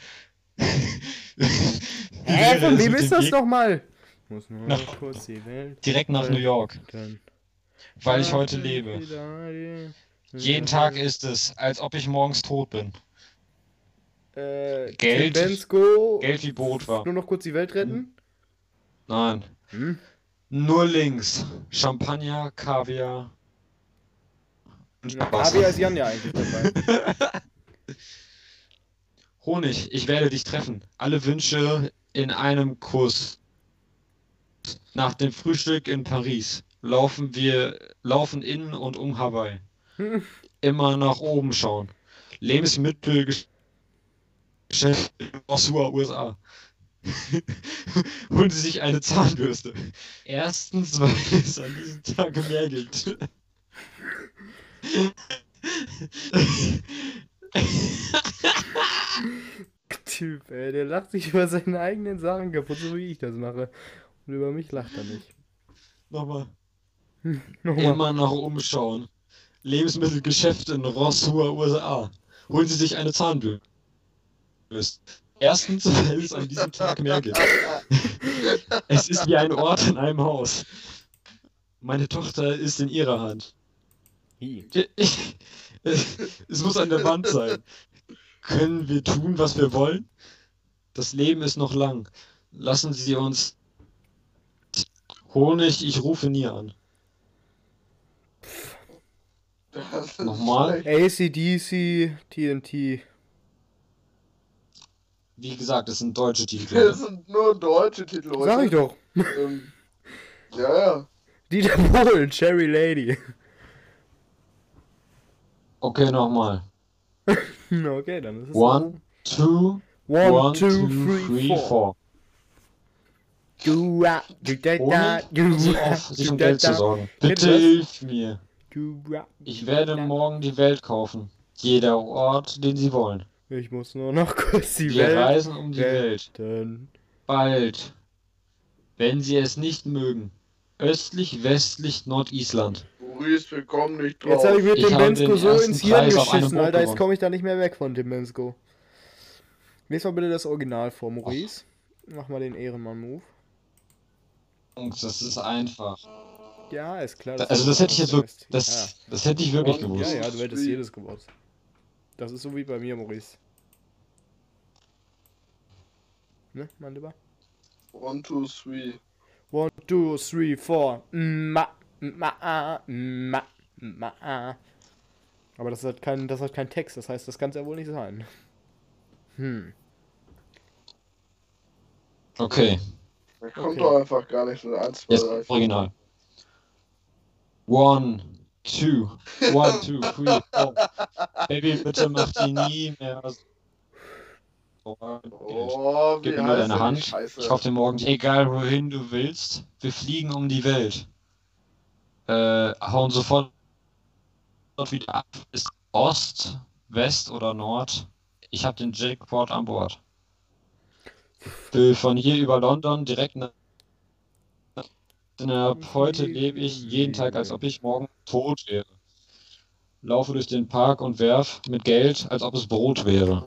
Hä, von wem mit ist dem das Weg nochmal? Muss nur Nach- noch kurz die Welt. Direkt nach New York, Dann weil ich heute lebe. Jeden Tag ist es, als ob ich morgens tot bin. Äh, Geld- Tim Bensko. Geld wie Brot war. Nur noch kurz die Welt retten? Nein. Hm? Nur links. Champagner, Kaviar. Und Na, Spaß. Kaviar ist Jan ja eigentlich dabei. Honig, ich werde dich treffen. Alle Wünsche in einem Kuss. Nach dem Frühstück in Paris laufen wir, laufen in und um Hawaii. Hm. Immer nach oben schauen. Lebensmittelgeschäft in Osua, U S A. Holen Sie sich eine Zahnbürste. Erstens, weil es an diesem Tag mehr gibt. Typ, ey, der lacht sich über seine eigenen Sachen kaputt, so wie ich das mache. Und über mich lacht er nicht. Nochmal. Nochmal. Immer nach oben schauen. Lebensmittelgeschäft in Rossua, U S A. Holen Sie sich eine Zahnbürste. Erstens, weil es an diesem Tag mehr gibt. Es ist wie ein Ort in einem Haus. Meine Tochter ist in ihrer Hand. Hi. Ich, es, es muss an der Wand sein. Können wir tun, was wir wollen? Das Leben ist noch lang. Lassen Sie uns. Honig, ich rufe nie an. Das ist Nochmal? schlecht. A C D C, T N T. Wie gesagt, es sind deutsche Titel. Das sind nur deutsche Titel heute. Sag ich doch. Ähm, ja, ja. Dieter Bohlen, Cherry Lady. Okay, nochmal. Okay, dann ist es. One, two, One, one, two, two, three, three, four. four. Du, ah, du, da, da, Ohne du, sie ah, auf, sich du, um da, Geld zu da, sorgen. Kennst Bitte du das? hilf mir. du, ah, Ich werde da. morgen die Welt kaufen. Jeder Ort, den Sie wollen. Ich muss nur noch kurz die Wir Welt reisen um die Welt. retten. Bald. Wenn Sie es nicht mögen. Östlich, westlich, Nordisland. Maurice, wir kommen nicht drauf. Jetzt habe ich mir Ich Tim habe Bensko den so ersten ins Hirn Preis auf einem geschissen, Boot Alter. Jetzt gewonnen. komme ich da nicht mehr weg von Tim Bensko. Lies mal bitte das Original vor, Maurice. Mach mal den Ehrenmann-Move. Jungs, das ist einfach. Ja, ist klar. Da- Also das hätte ich jetzt wirklich. Ja. Das, das hätte ich wirklich Ja, gewusst. Ja, ja, du hättest jedes gewusst. Das ist so wie bei mir, Maurice. Ne, mein Lieber? One, two, three. One, two, three, four. Ma, ma, ah, ma, ma, ah. Aber das hat kein, das hat kein Text, das heißt, das kann es ja wohl nicht sein. Hm. Okay, Da kommt Okay. doch einfach gar nicht so eins, zwei, jetzt drei, vier. Original. One, two, one, two, three, four. Baby, bitte mach die nie mehr. Oh, wie Gib mir nur heißt deine denn die Hand. Scheiße? Ich kaufe dir morgen, egal wohin du willst. Wir fliegen um die Welt. Äh, hauen sofort wieder ab. Ist Ost, West oder Nord? Ich habe den Jackpot an Bord. Will von hier über London direkt nach. Ab heute lebe ich jeden Tag, als ob ich morgen tot wäre. Laufe durch den Park und werf mit Geld, als ob es Brot wäre.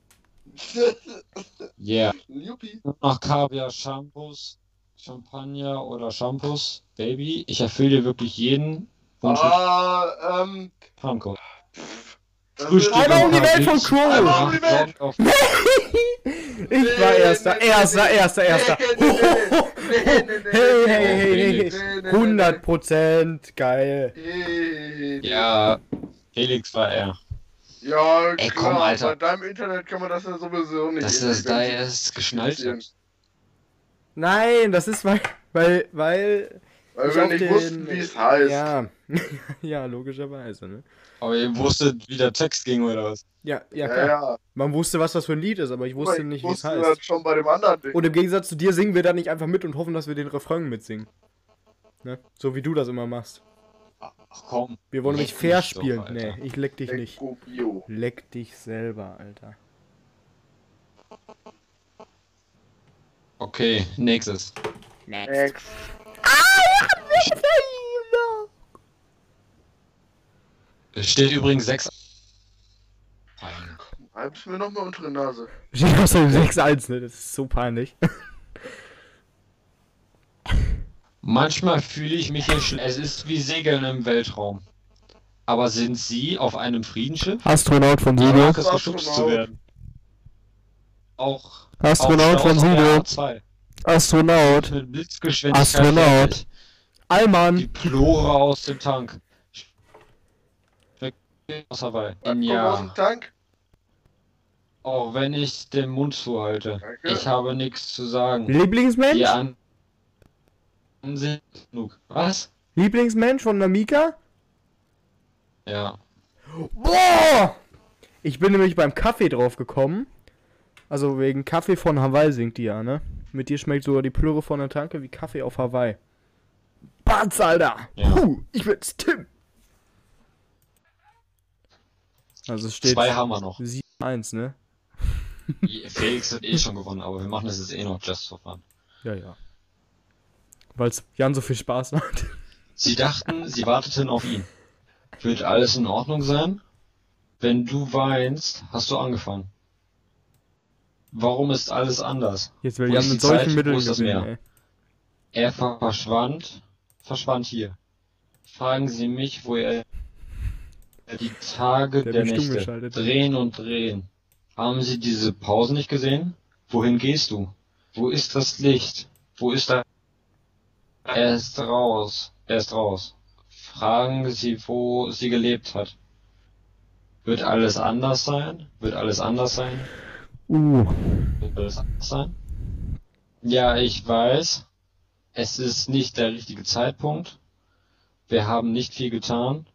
Yeah. Juppie. Nur noch Kaviar, Shampoos, Champagner oder Shampoos. Baby, ich erfülle dir wirklich jeden Wunsch. Ah, ähm. Panko. das Frühstück ist- Einmal um die und Welt von Kaffee. Crow. Einmal um die Welt. Sorgt auf- Ich war erster, erster, erster, erster. Nee, nee, nee, nee, nee, nee, Hey, nee, hey, hey, hey, nee, nee, nee, hundert Prozent, geil. nee, nee. Ja, Felix war er. Ja, Ey, klar, komm, Alter. bei deinem Internet kann man das ja sowieso nicht. Dass das da identifizieren. erst geschnallt hat. Nein, das ist weil, weil, weil Weil ich wir auf nicht den- wussten, wie es heißt. Ja, ja, logischerweise, ne? Aber ihr wusstet, wie der Text ging oder was? Ja, ja, Ja, klar. ja. Man wusste, was das für ein Lied ist, aber ich wusste Aber ich nicht, wie es wusste heißt. das schon bei dem anderen Ding. Und im Gegensatz zu dir singen wir da nicht einfach mit und hoffen, dass wir den Refrain mitsingen. Ne? So wie du das immer machst. Ach komm. Wir wollen nämlich Leck fair mich doch, spielen. Alter. Nee, ich leck dich nicht. Lecco Bio. Leck dich selber, Alter. Okay, nächstes. Next. Next. Es steht übrigens sechs. Reibst mir nochmal unter die Nase. Steht aus dem sechs eins, ne? Das ist so peinlich. Manchmal fühle ich mich hier schl- Es ist wie Segeln im Weltraum. Aber sind Sie auf einem Friedensschiff? Astronaut von Ich mag es, Astronaut. geschubst zu werden. Auch Astronaut auch von Staus auf der Sido. A zwei. Astronaut. Mit Blitzgeschwindigkeit Astronaut. fertig. Die Allmann. Plore aus dem Tank. Aus Hawaii. Was kommt aus Ja, dem Tank? auch wenn ich den Mund zuhalte. Danke. Ich habe nichts zu sagen. Lieblingsmensch? Die an sind genug. Was? Lieblingsmensch von Namika? Ja. Boah! Ich bin nämlich beim Kaffee drauf gekommen. Also wegen Kaffee von Hawaii singt die ja, ne? Mit dir schmeckt sogar die Plöre von der Tanke wie Kaffee auf Hawaii. Batz, Alter! Ja. Puh, ich bin's Tim! Also es steht Zwei haben wir noch. sieben eins, ne? Felix hat eh schon gewonnen, aber wir machen das jetzt eh noch just for fun. Ja, ja. Weil's Jan so viel Spaß macht. Sie dachten, sie warteten auf ihn. Wird alles in Ordnung sein? Wenn du weinst, hast du angefangen. Warum ist alles anders? Jetzt will Wo Jan ist mit die solchen Zeit? Mitteln Wo ist das gewinnen, Meer? ey. Er verschwand, verschwand hier. Fragen Sie mich, wo er die Tage Der der, hat mich stumm Nächte geschaltet. drehen und drehen. Haben Sie diese Pausen nicht gesehen? Wohin gehst du? Wo ist das Licht? Wo ist er? Er ist raus. Er ist raus. Fragen Sie, wo sie gelebt hat. Wird alles anders sein? Wird alles anders sein? Uh. Wird alles anders sein? Ja, ich weiß. Es ist nicht der richtige Zeitpunkt. Wir haben nicht viel getan.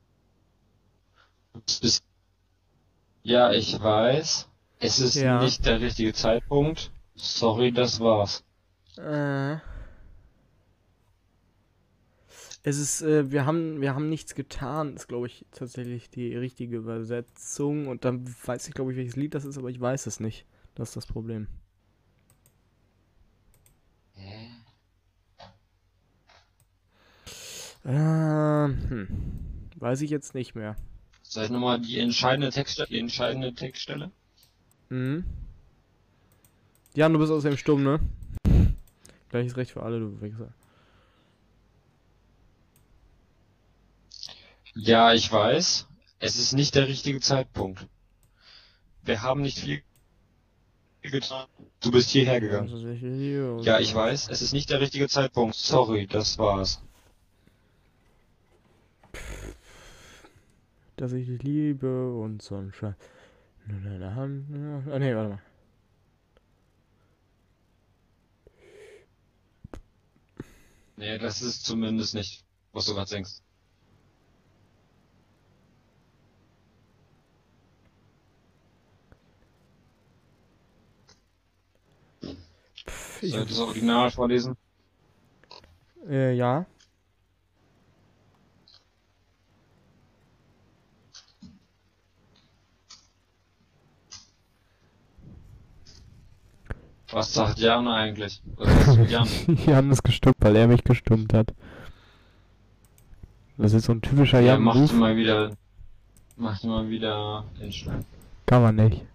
Bis ja, ich weiß. Es ist Ja. nicht der richtige Zeitpunkt. Sorry, das war's. Äh. Es ist, äh, wir haben, wir haben nichts getan, ist, glaube ich, tatsächlich die richtige Übersetzung. Und dann weiß ich, glaube ich, welches Lied das ist, aber ich weiß es nicht. Das ist das Problem. Hä? Ähm, hm. Weiß ich jetzt nicht mehr. Soll ich nochmal die entscheidende Textstelle, die entscheidende Textstelle? Mhm. Jan, du bist aus dem Sturm, ne? Gleiches Recht für alle, du Wichser. Ja, ich weiß. Es ist nicht der richtige Zeitpunkt. Wir haben nicht viel getan. Du bist hierher gegangen. Ja, ich weiß. Es ist nicht der richtige Zeitpunkt. Sorry, das war's. Dass ich dich liebe und Sonnenschein. Nur deine Hand. Ah, nee, warte mal. Nee, das ist zumindest nicht, was du gerade denkst. Ich, Soll ich das Original vorlesen? äh, ja. Was sagt Jan eigentlich? Was ist mit Jan? Jan ist gestummt, weil er mich gestummt hat. Das ist so ein typischer Ja, Jan. macht mal wieder. Macht mal wieder den Schlag. Kann man nicht.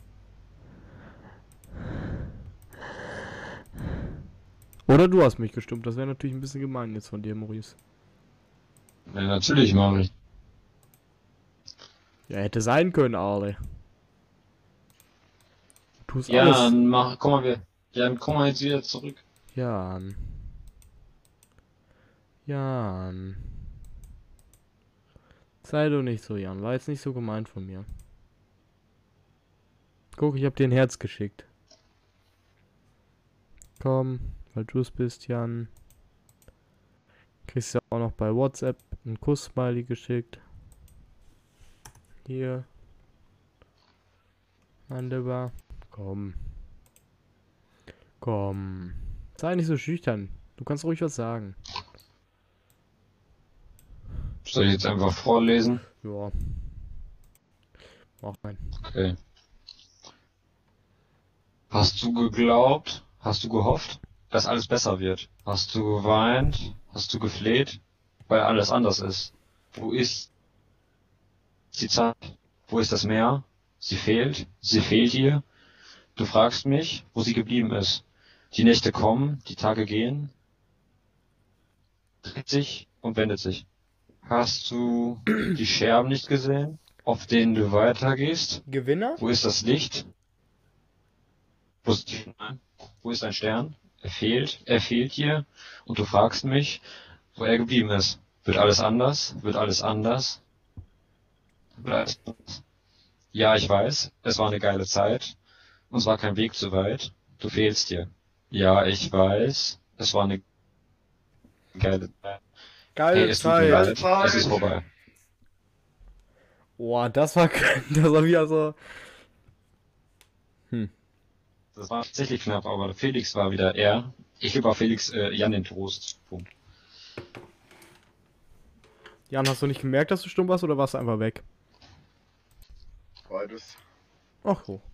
Oder du hast mich gestummt, das wäre natürlich ein bisschen gemein jetzt von dir, Maurice. Ja, natürlich, Mari. Ja, hätte sein können, Ale. Du tust Ja, alles. dann mach, komm mal, wir. Jan, komm mal jetzt wieder zurück. Jan. Jan. Sei doch nicht so, Jan. War jetzt nicht so gemeint von mir. Guck, ich hab dir ein Herz geschickt. Komm, weil du es bist, Jan. Kriegst ja auch noch bei WhatsApp einen Kuss-Smiley geschickt. Hier. Wunderbar. Komm. Komm. Sei nicht so schüchtern. Du kannst ruhig was sagen. Soll ich jetzt einfach vorlesen? Ja. Mach mein. Okay. Hast du geglaubt? Hast du gehofft, dass alles besser wird? Hast du geweint? Hast du gefleht? Weil alles anders ist. Wo ist die Zeit? Wo ist das Meer? Sie fehlt. Sie fehlt dir. Du fragst mich, wo sie geblieben ist. Die Nächte kommen, die Tage gehen. Dreht sich und wendet sich. Hast du die Scherben nicht gesehen, auf denen du weitergehst? Gewinner? Wo ist das Licht? Wo ist, die, wo ist ein Stern? Er fehlt, er fehlt dir. Und du fragst mich, wo er geblieben ist. Wird alles anders? Wird alles anders? Wird alles anders? Ja, ich weiß, es war eine geile Zeit. Und es war kein Weg zu weit. Du fehlst dir. Ja, ich weiß, es war eine geile Zeit. Geile Hey, es tut mir Zeit. leid, Zeit. es ist vorbei. Boah, das war, das war wieder so. Das war tatsächlich knapp, aber Felix war wieder er. Ich gebe auf Felix äh, Jan den Trost. Punkt. Jan, hast du nicht gemerkt, dass du stumm warst oder warst du einfach weg? Beides. Ach so.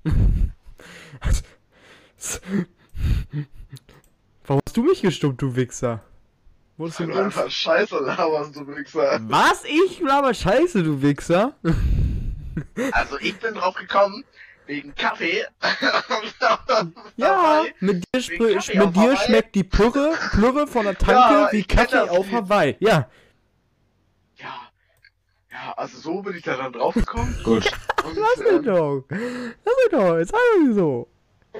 Warum hast du mich gestummt, du Wichser? Wurdest du Du denn einfach Scheiße laberst, du Wichser. Was? Ich laber Scheiße, du Wichser? Also ich bin drauf gekommen, wegen Kaffee. Ja, Hawaii. mit dir, Wegen spr- Kaffee mit auf dir Hawaii. schmeckt die Plürre, Plürre von der Tanke Ja, wie ich kenn Kaffee das auf Lied. Hawaii. Ja. Ja. Ja, also so bin ich da dann drauf gekommen. Gut. Und, Lass mich ähm, doch. Lass mich doch. Jetzt sei doch nicht so.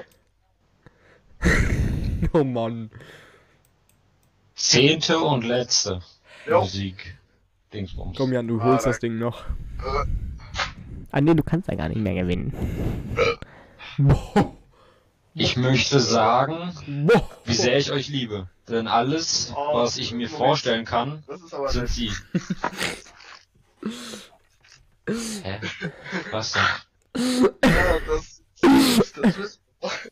Oh Mann. Zehnte und letzte Jo. Musik. Dingsbums. Komm Jan, du Ah, holst da- das Ding noch. Ah nee, du kannst ja gar nicht mehr gewinnen. Boah. Ich möchte sagen, Boah. wie sehr ich euch liebe. Denn alles, Oh, was ich mir Moment. vorstellen kann, Das ist aber sind nett. sie. Hä? Was denn? Ja, das, das, das ist...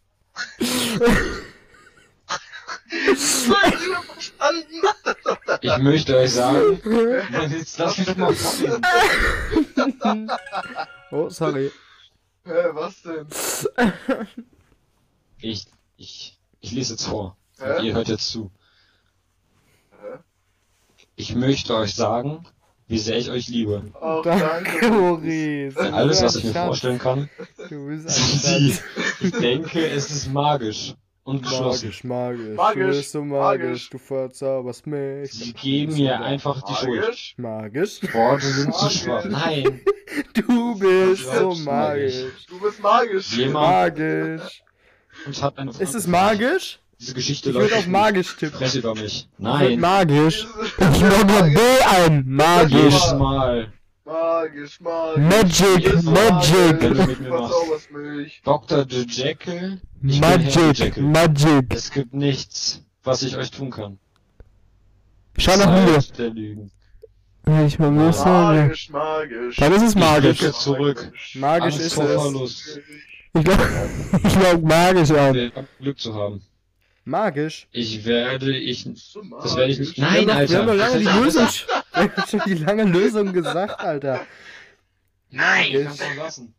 Ich hab nicht mehr verstanden. Ich möchte euch sagen, Mann, jetzt lass mich mal vorlesen. Oh, sorry. Hä, was denn? Ich, ich, ich lese jetzt vor. Und Hä? ihr hört jetzt zu. Hä? Ich möchte euch sagen, wie sehr ich euch liebe. Oh, Danke, danke. Maurice. Denn alles, was ich mir vorstellen kann, Du bist sind sie. Ich denke, es ist magisch und geschlossen. Magisch, magisch. Magisch, Du bist so magisch. magisch. Du verzauberst mich. Sie geben mir einfach die Schuld. Magisch? Magisch. Worte sind zu Magisch. schwach. Nein. Du bist Ja, so das ist magisch. magisch. Du bist magisch. Jemand Magisch. und hat eine Ist es magisch? Diese Geschichte Ich würde läuft auf magisch tippen. Fresse über mich. Ich würd Nein. magisch. Ich logge B ein. Magisch. Jedes Mal. Magisch, magisch. Magic, Du bist so magic. Wenn du magisch. mit mir Du machst. verzauberst mich. Doktor de Jekyll. Ich bin Herr Magic, Jekyll. Magic. Es gibt nichts, was ich euch tun kann. Schau nach mir. Zeit der Lügen. Ich vermisse sagen. Magisch, magisch. Dann ist es magisch. blicke zurück. Magisch Angst ist vor es. Verlust. Ich glaub, ich glaub magisch an. Wir haben Glück zu haben. Magisch. Ich werde, ich, So das werde ich nicht, magisch. nein, wir haben, Alter. Wir haben doch lange die Das ist- Lösung, wir haben schon die lange Lösung gesagt, Alter. Nein, Magisch. kannst du lassen.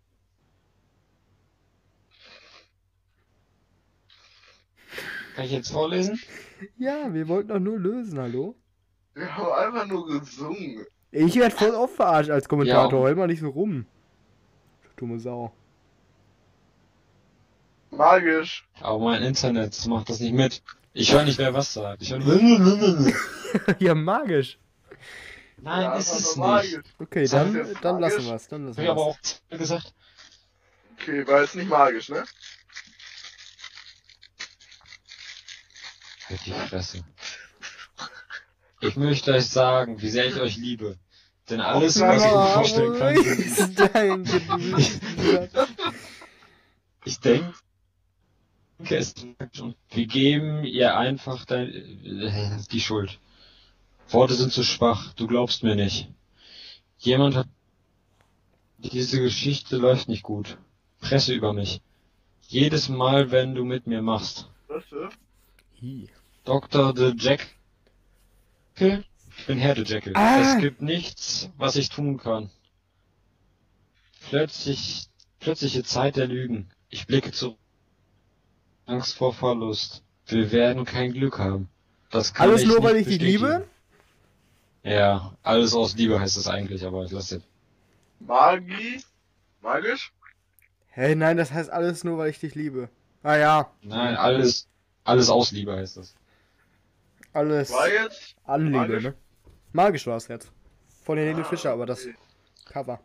Kann ich jetzt vorlesen? Ja, wir wollten doch nur lösen, hallo? Wir haben einfach nur gesungen. Ich werd voll oft verarscht als Kommentator, Ja. heul mal nicht so rum. Dumme Sau. Magisch. Aber mein Internet macht das nicht mit. Ich höre nicht, wer was sagt. Ich höre nur... Ja, magisch. Nein, Ja, ist einfach es nur nicht. magisch. Okay, Sag dann, jetzt dann lassen magisch. wir's, dann lassen Hab ich aber wir's. auch gesagt. Okay, war jetzt nicht magisch, ne? Halt die Fresse. Ich möchte euch sagen, wie sehr ich euch liebe. Denn alles, was ich mir vorstellen kann, sind... Danke, du bist Ich denke, es und wir geben ihr einfach dein, äh, die Schuld. Worte sind zu schwach, du glaubst mir nicht. Jemand hat... Diese Geschichte läuft nicht gut. Presse über mich. Jedes Mal, wenn du mit mir machst. Was, ja? Hi. Doktor The Jekyll? Ich bin Herr The Jekyll. Ah. Es gibt nichts, was ich tun kann. Plötzlich, plötzliche Zeit der Lügen. Ich blicke zurück. Angst vor Verlust. Wir werden kein Glück haben. Das kann Alles ich nur, weil nicht ich dich bestätigen. liebe? Ja, alles aus Liebe heißt es eigentlich, aber ich lasse jetzt. Magie? Magisch? Hey, nein, das heißt alles nur, weil ich dich liebe. Ah ja, Nein, alles, alles aus Liebe heißt es. alles War jetzt? Anliebe, magisch? ne? Magisch war es jetzt. Von Helene Fischer, aber das okay. Cover.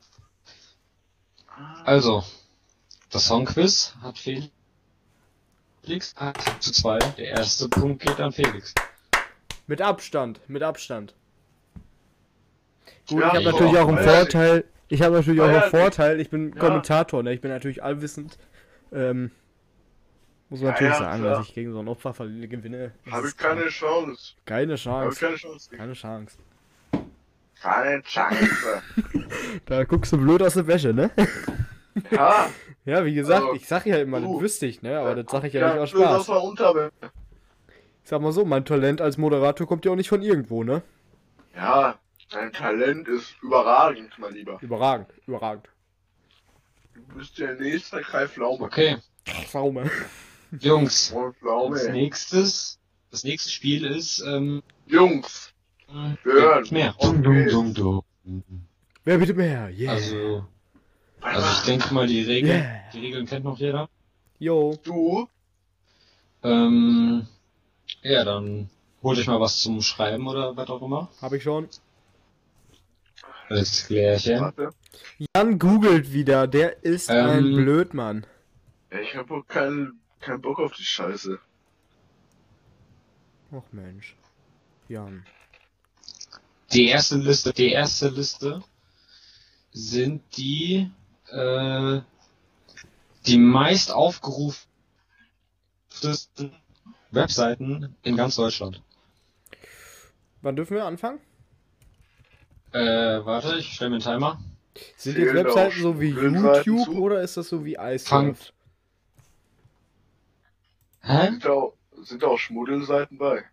Also, das Songquiz hat Felix acht zu zwei. Der erste Punkt geht an Felix. Mit Abstand, mit Abstand. Gut, Ja, ich habe ich natürlich auch. auch einen Ja, Vorteil. Ich habe natürlich auch Ja, einen Vorteil. Ich bin ja. Kommentator, ne? Ich bin natürlich allwissend. Ähm, muss man Ja, natürlich ja, sagen, klar. dass ich gegen so einen Opfer verli- gewinne. Das Habe ist ich keine klar. Chance. Keine Habe ich Chance. keine Chance. Keine Chance. Keine Chance. Da guckst du blöd aus der Wäsche, ne? Ja. Ja, wie gesagt, Also, ich sag ja immer, du. das wüsste ich, ne? Aber das sag ich ja, nicht aus bloß Spaß. aus der Unterwelt. Ich sag mal so, mein Talent als Moderator kommt ja auch nicht von irgendwo, ne? Ja, dein Talent ist überragend, mein Lieber. Überragend, überragend. Du bist der nächste Kai Pflaume. Okay, Pflaume. Jungs. Und Als Pflaume. nächstes, das nächste Spiel ist, ähm, Jungs, hören. nicht mehr. Auf Dum, dum, geht's. dum, dum. Wer bitte mehr? Yeah. Also, also ich denke mal, die Regeln, Yeah. die Regeln kennt noch jeder. Jo. Du, Ähm, ja, dann holt euch mal was zum Schreiben oder was auch immer. Hab ich schon. Alles klärchen. warte. Jan googelt wieder, der ist Ähm. ein Blödmann. Ja, ich hab auch keinen keinen Bock auf die Scheiße. Och Mensch. Jan. Die erste Liste, die erste Liste sind die, äh, die meist aufgerufenen Webseiten in ganz Deutschland. Wann dürfen wir anfangen? Äh, warte, ich stelle mir einen Timer. Sind jetzt Zählen Webseiten auch so wie Schwulenseiten YouTube zu? oder ist das so wie Fang- iSurf? Hä? Sind da auch, sind da auch Schmuddelseiten bei?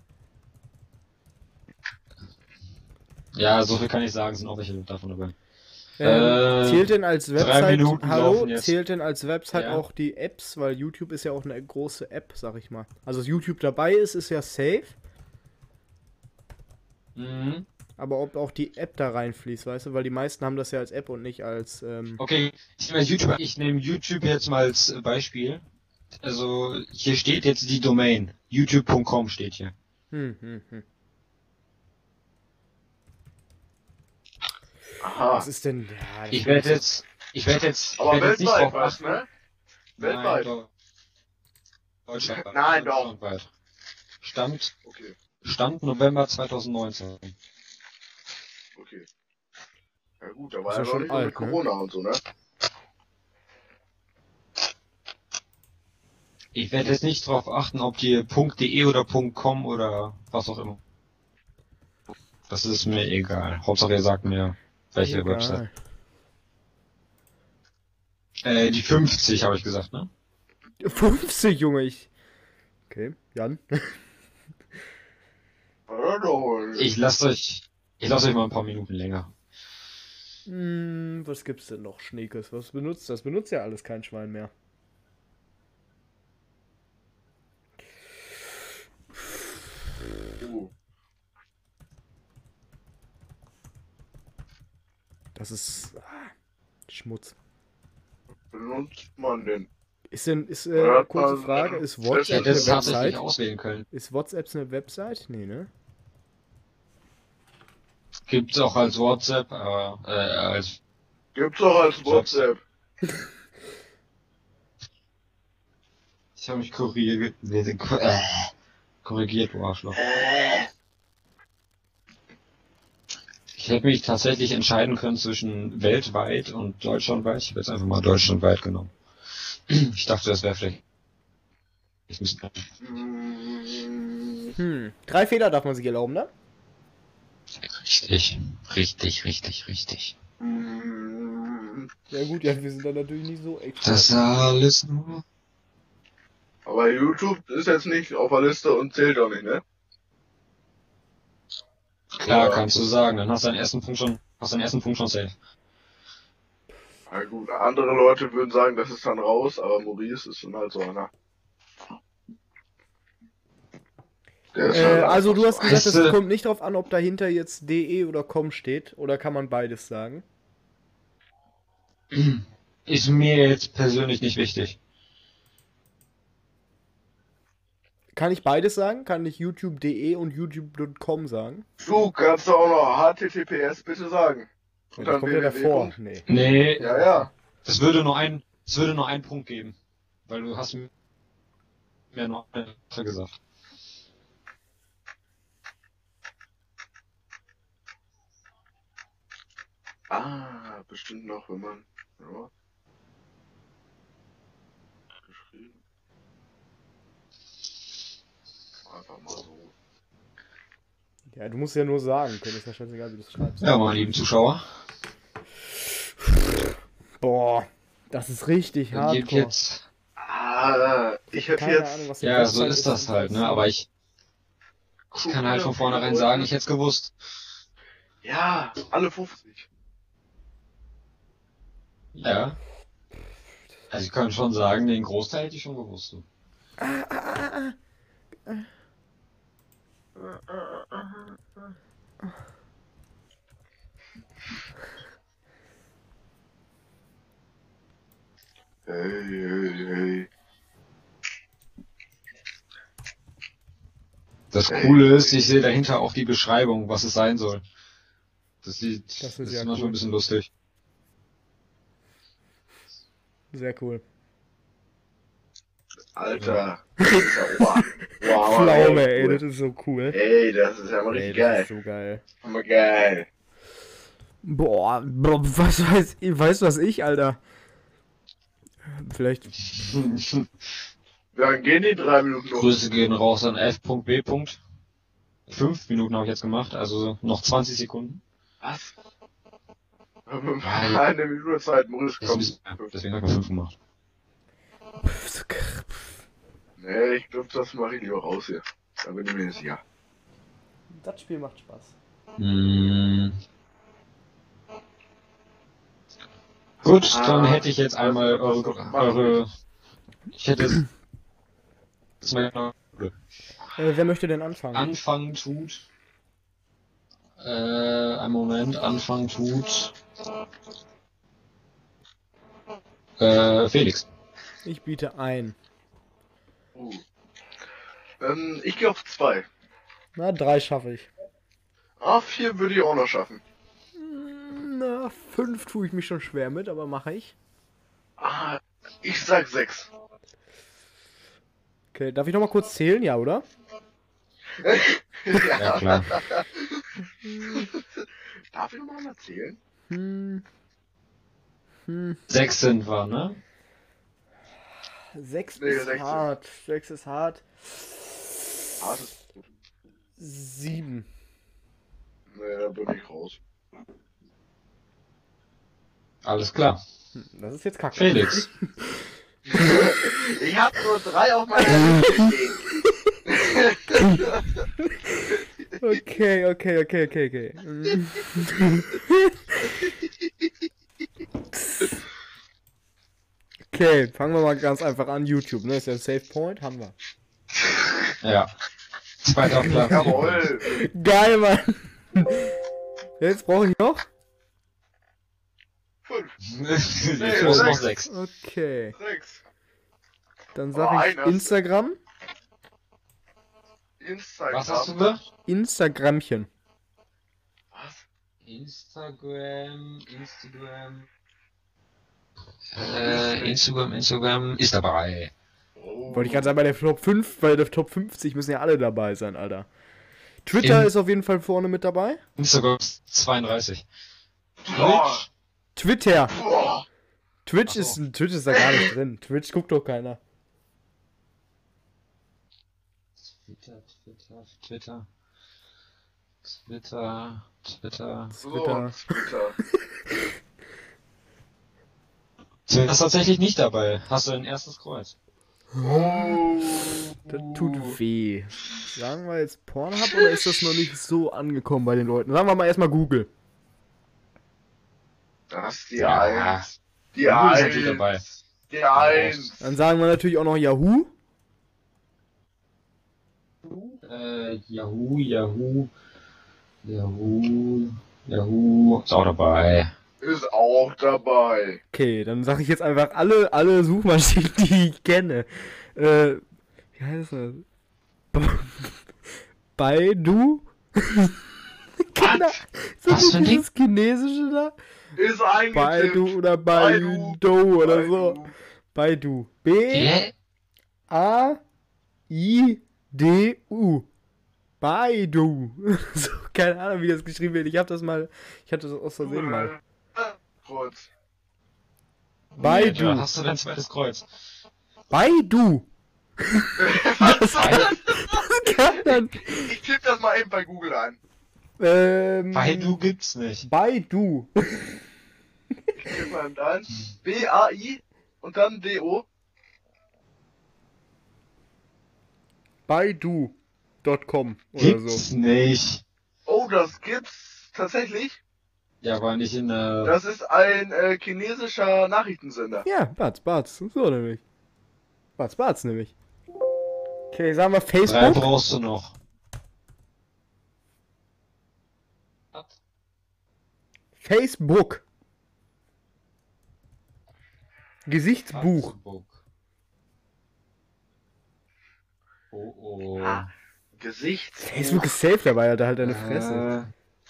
Ja, so viel kann ich sagen, sind auch welche davon dabei. Ähm, Äh, zählt denn als drei Website, Minuten hallo, laufen jetzt. zählt denn als Website Ja. auch die Apps, weil YouTube ist ja auch eine große App, sag ich mal. Also dass YouTube dabei ist, ist ja safe, Mhm. aber ob auch die App da reinfließt, weißt du, weil die meisten haben das ja als App und nicht als, ähm, Okay, ich nehme YouTube, ich nehme YouTube jetzt mal als äh, Beispiel. Also, hier steht jetzt die Domain. youtube punkt com steht hier. hm, hm, hm. Aha. Was ist denn, ja, das Ich werde jetzt, ich werde jetzt, ich Aber werde jetzt nicht weltweit drauf was, achten. ne? Nein, Weltweit. doch. Deutschlandweit. Nein, doch. Deutschlandweit. Stand, Okay, Stand November zweitausendneunzehn. okay. Ja gut, da war Ist ja ja noch schon nicht so mit alt, ne? Corona und so, ne? Ich werde jetzt nicht drauf achten, ob die .de oder .com oder was auch immer. Das ist mir egal. Hauptsache ihr sagt mir, welche egal. Website. Äh, die fünfzig habe ich gesagt, ne? fünfzig, Junge, ich Okay, Jan. Ich lasse euch, ich lasse euch mal ein paar Minuten länger. Hm, was gibt's denn noch, Schneekes? Was benutzt das? Benutzt ja alles kein Schwein mehr. Oh. Das ist ah, Schmutz. Benutzt man den? Ist denn, ist, äh, Ja, kurze also, Frage, ist ich Ich WhatsApp hätte eine es tatsächlich Website? auswählen können. Ist WhatsApp eine Website? Nee, ne? Gibt's auch als WhatsApp, aber äh, als Gibt's auch als WhatsApp. ich habe mich korrigiert, äh, korrigiert, du Arschloch. Ich hätte mich tatsächlich entscheiden können zwischen weltweit und deutschlandweit. Ich habe jetzt einfach mal deutschlandweit genommen. Ich dachte, das wäre vielleicht ein bisschen. Mm, Hm, drei Fehler darf man sich erlauben, ne? Richtig, richtig, richtig, richtig. mm. Ja gut, ja, wir sind da natürlich nicht so echt. Das alles nur. Aber YouTube ist jetzt nicht auf der Liste und zählt auch nicht, ne? Klar, Ja. kannst du sagen. Dann hast du deinen ersten Punkt schon, hast deinen ersten Punkt schon safe. Na gut, andere Leute würden sagen, das ist dann raus, aber Maurice ist dann halt so einer. Der ist Äh, halt also einfach du hast so. gesagt, es Weißt du- kommt nicht drauf an, ob dahinter jetzt de oder com steht. Oder kann man beides sagen? Ist mir jetzt persönlich nicht wichtig. Kann ich beides sagen? Kann ich youtube punkt de und youtube punkt com sagen? Du kannst doch auch noch H T T P S bitte sagen. Ja, Und das dann kommt ja www. davor. Nee. Nee, Ja, ja. es würde nur ein, es würde nur einen Punkt geben. Weil du hast mir mir nur eine Sache gesagt. Ah, bestimmt noch, wenn man. Ja. Geschrieben. Einfach mal so. Ja, du musst ja nur sagen können. Ist ja scheißegal, wie du es schreibst. Ja, meine lieben Zuschauer. Boah, das ist richtig Dann gibt hardcore. jetzt. Ah, ich hätte Keine jetzt. Ahnung, was eine Ja, so Website ist das halt, ne? Aber ich, ich kann halt von vornherein sagen, ich hätte es gewusst. Ja, alle fünfzig. Ja. Also ich kann schon sagen, den Großteil hätte ich schon gewusst. Du. Hey, hey, hey. Das Coole ist, ich sehe dahinter auch die Beschreibung, was es sein soll. Das sieht, Das das ist ist ja immer cool. schon ein bisschen lustig. Sehr cool. Alter. Das ist ja, wow. Wow, Pflaume, ey, ey, cool. das ist so cool. Ey, das ist ja mal Ey, richtig das geil. ist so geil. Mal geil. Boah, boah, was weiß ich, weißt du was ich, Alter? Vielleicht. Dann gehen die drei Minuten noch. Grüße gehen raus an F.B. Fünf Minuten habe ich jetzt gemacht, also noch zwanzig Sekunden. Was? Eine Minute Zeit, Maurice, Das ist ein komm. bisschen, ja, deswegen habe ich mal fünf gemacht. Nee, ich glaube, das mache ich lieber raus hier. Da bin ich mir nicht sicher. Das Spiel macht Spaß. Hm. Gut, dann Ah, hätte ich jetzt einmal was- was eure, machen eure ich hätte jetzt mal Äh, wer möchte denn anfangen? anfangen tut. Äh, einen Moment, anfangen tut. Äh, Felix. Ich biete ein. Uh. Ähm, ich gehe auf zwei. Na, drei schaffe ich. Ah, vier würde ich auch noch schaffen. Na, fünf tue ich mich schon schwer mit, aber mache ich. Ah, ich sag sechs. Okay, darf ich noch mal kurz zählen? Ja, oder? Ja, klar. Darf ich noch mal erzählen? Hm. Hm. Sechs sind wir, ne? Sechs Nee, ist sechzehn. hart. Sechs ist hart. Ah, das ist gut. Sieben. Nee, da bin ich raus. Alles klar. Hm, das ist jetzt kacke. Felix. Ich hab nur drei auf meiner Liste stehen. Okay, okay, okay, okay, okay. Mm. Okay, fangen wir mal ganz einfach an. YouTube, ne? Ist ja ein Safe Point, haben wir. Ja. Zweiter Platz. Jawohl. Geil, Mann. Jetzt brauche ich noch? Fünf, Ich Nee, muss noch sechs. sechs. Okay. sechs. Dann Oh, sag ich einer. Instagram. Instagram. Was hast du gesagt? Instagramchen. Was? Instagram, Instagram. Äh, Instagram, Instagram ist dabei. Oh. Wollte ich gerade sagen, bei der Top fünf, bei der Top fünfzig müssen ja alle dabei sein, Alter. Twitter In- ist auf jeden Fall vorne mit dabei. Instagram ist zweiunddreißig. Boah. Twitter. Boah. Twitch Ach so. ist, Twitch ist da gar nicht drin. Twitch guckt doch keiner. Twitter, Twitter, Twitter. Twitter, Twitter. So, Twitter. Twitter. Twitter ist tatsächlich nicht dabei. Hast du ein erstes Kreuz? Oh. Das tut weh. Sagen wir jetzt Pornhub oder ist das noch nicht so angekommen bei den Leuten? Sagen wir mal erstmal Google. Das ist die Ja. Eins. Die Google ist natürlich dabei. Eins. Die Eins. Dann sagen wir natürlich auch noch Yahoo. Äh, Yahoo, Yahoo, Yahoo, Yahoo ist auch dabei. Ist auch dabei. Okay, dann sage ich jetzt einfach alle, alle Suchmaschinen, die ich kenne. Äh, wie heißt das? Ba- Baidu? Kinder, ist Was das für ein nicht Ding? dieses Chinesische da? Ist eingetippt. Baidu oder Baidu. Baidu oder so. Baidu. Baidu. B Hä? A I D U. Baidu. So, keine Ahnung, wie das geschrieben wird. Ich habe das mal, ich hatte das aus Versehen mal. Kreuz. Baidu. Da hast du dein zweites Kreuz. Baidu. Das kann, das kann dann. Ich tippe das mal eben bei Google ein. Ähm, Baidu gibt's nicht. Baidu. Ich tippe mal ein. B A I und dann D O. Baidu Punkt com oder Gibt's so. nicht. Oh, das gibt's tatsächlich. Ja, war nicht in der... Das ist ein äh, chinesischer Nachrichtensender. Ja, Batz, Batz. So nämlich. Batz, Batz nämlich. Okay, sagen wir Drei Facebook. brauchst du noch. Facebook. Gesichtsbuch. Facebook. Oh oh. Ah. Gesichts. Facebook ist safe dabei, Alter, halt deine Fresse. Äh,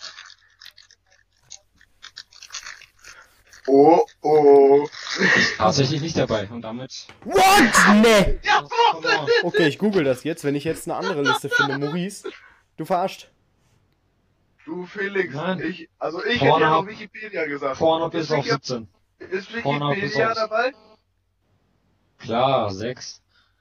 Oh, oh. tatsächlich nicht dabei. Und damit... What? Ne! Ja, Come on. Okay, ich google das jetzt, wenn ich jetzt eine andere Liste finde. Maurice, du verarscht. du Felix. Nein. Ich, also ich hätte Pornhub. ja noch Wikipedia gesagt. Pornhub ist auf Wiki- siebzehn. Ist Pornhub ist Wikipedia aus. dabei? Klar, sechs.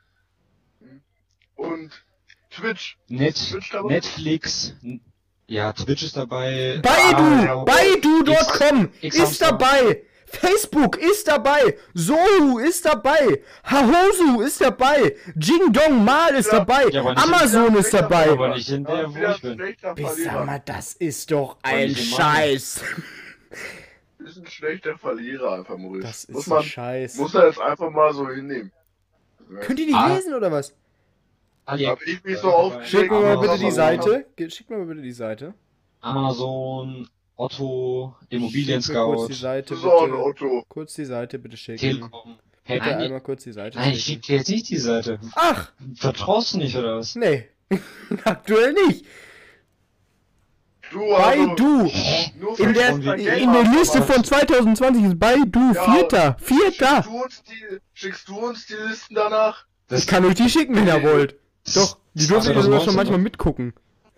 Und Twitch. Net Twitch dabei? Netflix. N- Ja, Twitch ist dabei. Baidu! Ah, Baidu Punkt com X- ist X-Hamster. dabei! Facebook ist dabei! Zoho ist dabei! Hahosu ist dabei! Jingdong Mal ist Ja. dabei! Ja, aber nicht- Amazon ist dabei! Aber nicht in der, wo wieder ich bin. schlechter Bis, sag Verlierer. mal, das ist doch Soll ein ich den machen? Scheiß! Ist ein schlechter Verlierer einfach, Maurice. Das muss ist ein man, Scheiß. muss er jetzt einfach mal so hinnehmen. Könnt ihr nicht Ah. lesen oder was? Ali, Hab ich mich so aufgeregt. Schick mir mal bitte die Amazon. Seite. Ge- Schick mir mal bitte die Seite. Amazon, Otto, Immobilien Schick mir kurz Scout, die Seite So, ein bitte. Otto. Kurz die Seite bitte schicken. Telekom. Hey, Bitte nein, einmal kurz die Seite nein, ich schicken. schick dir jetzt nicht die Seite. Ach! Vertraust du nicht, oder was? Nee. Aktuell nicht. Du, Baidu! Nur In der, Und wie- in der Liste von zwanzig zwanzig ist Baidu Ja. Vierter. Vierter! Schickst du, uns die, schickst du uns die Listen danach? Ich kann euch die schicken, wenn ihr wollt. Doch, die dürft ihr sogar schon manchmal mitgucken.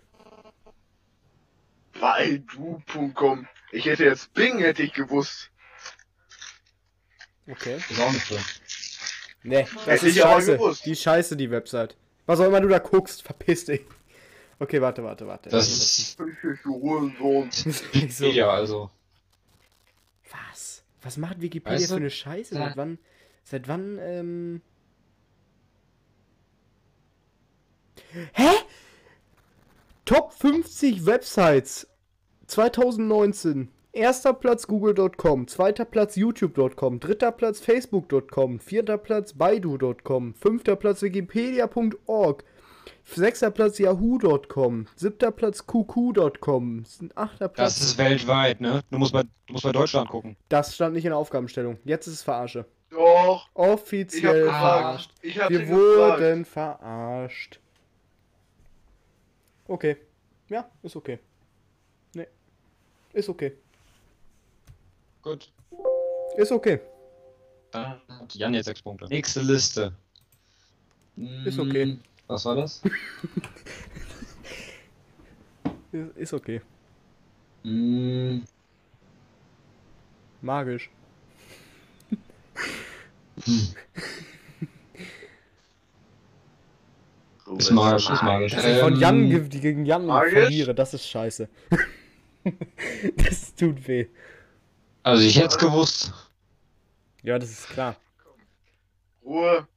Baidu Punkt com. Ich hätte jetzt Bing, hätte ich gewusst. Okay. Ist auch nicht so. Nee, das Hätte ist ich aber scheiße. gewusst. Die ist scheiße, die Website. Was auch immer du da guckst, verpiss dich. Okay, warte, warte, warte. Das ist Hurensohn. nicht so. ja, also. Was? Was macht Wikipedia Weißt du, für eine Scheiße? da- Seit wann, seit wann, ähm... Hä? Top fünfzig Websites zweitausendneunzehn. Erster Platz google Punkt com, zweiter Platz youtube Punkt com, dritter Platz facebook Punkt com, vierter Platz baidu Punkt com, fünfter Platz wikipedia Punkt org, sechster Platz yahoo Punkt com, siebter Platz q q Punkt com, achter Platz... Das ist weltweit, ne? Du musst bei, du musst bei Deutschland gucken. Das stand nicht in der Aufgabenstellung. Jetzt ist es Verarsche. Doch. Offiziell Ich hab verarscht. gefragt. Ich hatte Wir gefragt. wurden verarscht. Okay. Ja, ist okay. Nee. Ist okay. Gut. Ist okay. Dann hat Jan jetzt sechs Punkte. Nächste Liste. Ist okay. Hm, Was war das? Ist, ist okay. Hm, Magisch. So, Ist magisch, ist magisch. Dass ich von Ähm, Jan ge- die gegen Jan magisch? verliere, das ist scheiße. Das tut weh. Also ich hätte es gewusst. Ja, das ist klar. Ruhe,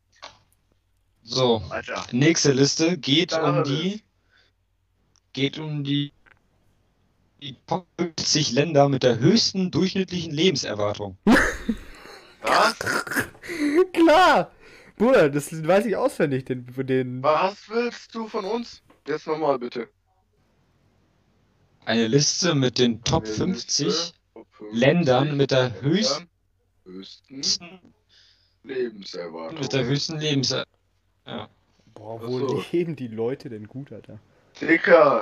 So, Alter. nächste Liste geht um Klare die geht um die, die Top fünfzig Länder mit der höchsten durchschnittlichen Lebenserwartung. Was? Klar! Bruder, das weiß ich auswendig, den, den... Was willst du von uns? Jetzt nochmal bitte. Eine Liste mit den Top Eine fünfzig Liste, Top fünfzig Ländern mit der Ländern, höchsten höchsten Lebenserwartung. mit der höchsten Lebenserwartung. Ja. Boah, Ach wo so. leben die Leute denn gut, Alter? Dicker.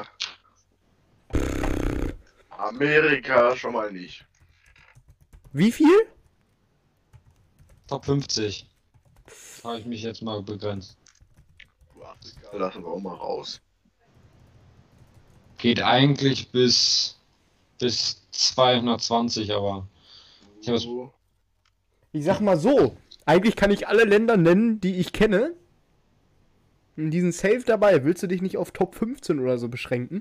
Amerika schon mal nicht. Wie viel? Top fünfzig. Habe ich mich jetzt mal begrenzt. Afrika lassen wir auch mal raus. Geht eigentlich bis bis zweihundertzwanzig, aber ich habe es So. Ich sag mal so, eigentlich kann ich alle Länder nennen, die ich kenne. Und die sind safe dabei. Willst du dich nicht auf Top fünfzehn oder so beschränken?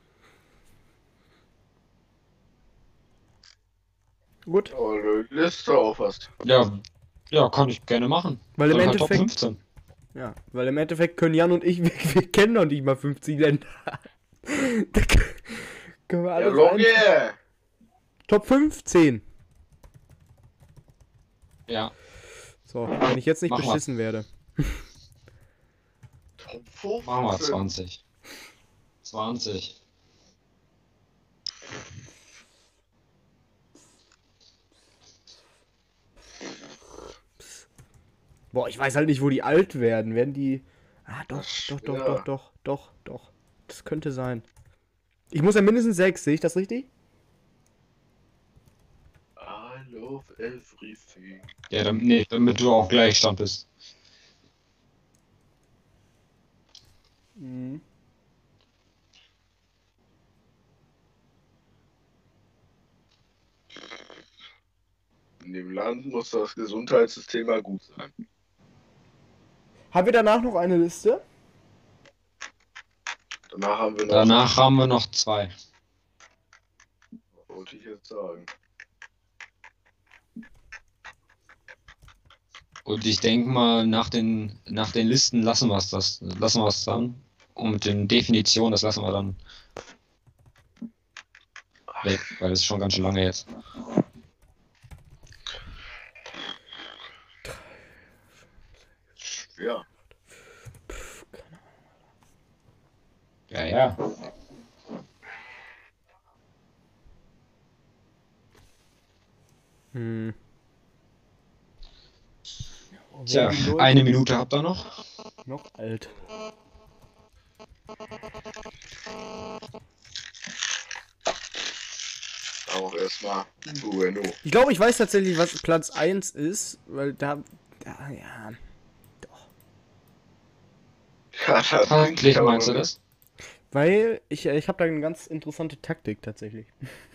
Gut, Aber die Liste auffasst. ja, ja, kann ich gerne machen. weil im Dann halt Top Endeffekt, fünfzehn. ja, weil im Endeffekt können Jan und ich, wir, wir kennen noch nicht mal fünfzig Länder. Da können können wir Ja, alles ein. Logie! Top fünfzehn. Ja, So, wenn ich jetzt nicht Mach mal. beschissen werde. Top fünfzehn. machen wir zwanzig. zwanzig. Boah, ich weiß halt nicht, wo die alt werden. Werden die... Ah, doch, Das doch, doch, schwer. doch, doch, doch, doch. Das könnte sein. Ich muss ja mindestens sechs, sehe ich das richtig? I love everything. Ja, damit, nee, damit du auch Gleichstand bist. Mhm. In dem Land muss das Gesundheitssystem mal gut sein. Haben wir danach noch eine Liste? Danach haben wir noch, Danach haben wir noch zwei. wollte ich jetzt sagen. Und ich denke mal, nach den, nach den Listen lassen wir es das, lassen wir es dann. Und mit den Definitionen, das lassen wir dann weg, weil das ist schon ganz schön lange jetzt. Schwer. Ja, ja. Hm. Tja, Werden die Leute eine Minute habt ihr noch. noch alt. Auch erstmal Bueno. Ich glaube, ich weiß tatsächlich, was Platz eins ist, weil da... da ja. Ja, das Wirklich, aber meinst du nicht. das? Weil ich, äh, ich habe da eine ganz interessante Taktik tatsächlich.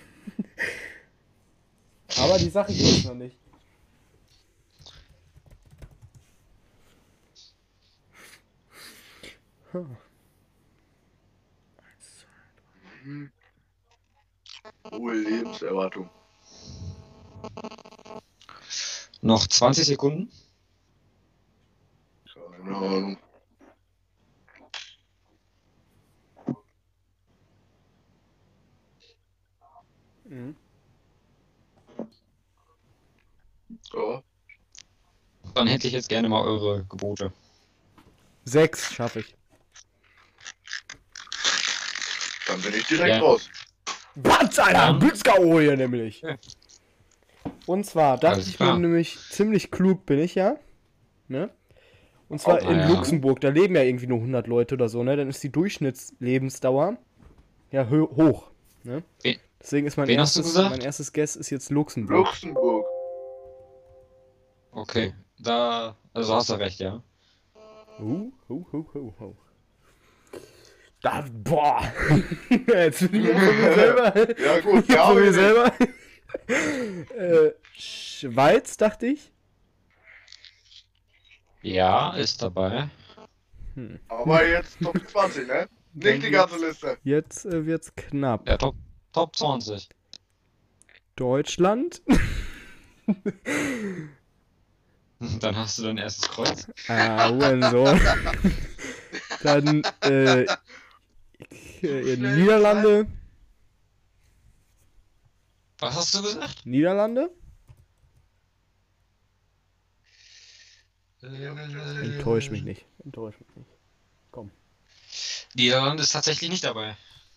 Aber die Sache ist noch nicht. Hm. Mhm. Hohe Lebenserwartung. Noch zwanzig Sekunden. Keine Ahnung. So. Dann hätte ich jetzt gerne mal eure Gebote. Sechs schaffe ich. Dann bin ich direkt Ja. raus. Was, Alter? Ja. Blitzkau hier nämlich. Ja. Und zwar dachte Alles ich klar. mir nämlich, ziemlich klug bin ich ja. Ne? Und zwar Oh, in naja. Luxemburg, da leben ja irgendwie nur hundert Leute oder so, ne? Dann ist die Durchschnittslebensdauer ja hö- hoch. Ne? Wen- Deswegen ist mein wen hast du erstes, gesagt? mein erstes Guess ist jetzt Luxemburg. Luxemburg. Okay, da, also hast du recht, ja. Hu, hu, hu, hu, hu. Da, boah. Jetzt bin ich ja von mir selber. Ja gut, Ja, ja, von mir aber selber. äh, Schweiz, dachte ich. Ja, ist dabei. aber jetzt Top zwanzig, ne? Nicht die ganze Liste. Jetzt äh, wird's knapp. Ja, Top, Top zwanzig. Deutschland. Dann hast du dein erstes Kreuz. Ah, Hurensohn. Dann, äh, äh, Niederlande. Was hast du gesagt? Niederlande? Äh, Enttäusch mich nicht. Enttäusch mich nicht. Komm. Niederlande ist tatsächlich nicht dabei.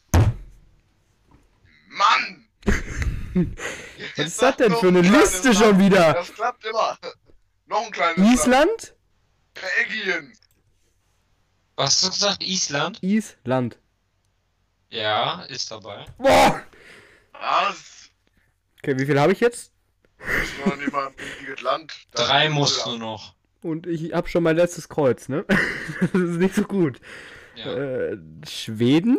Mann! Was ist das denn für eine Liste schon wieder? Das klappt immer. Noch ein kleines Land. Island? Belgien. Was hast du gesagt? Island? Island. Ja, ist dabei. Boah! Was? Okay, wie viel habe ich jetzt? Das ist noch nicht mal ein richtiges Land. Das Drei ist musst du Irland. noch. Und ich habe schon mein letztes Kreuz, ne? Das ist nicht so gut. Ja. Äh, Schweden?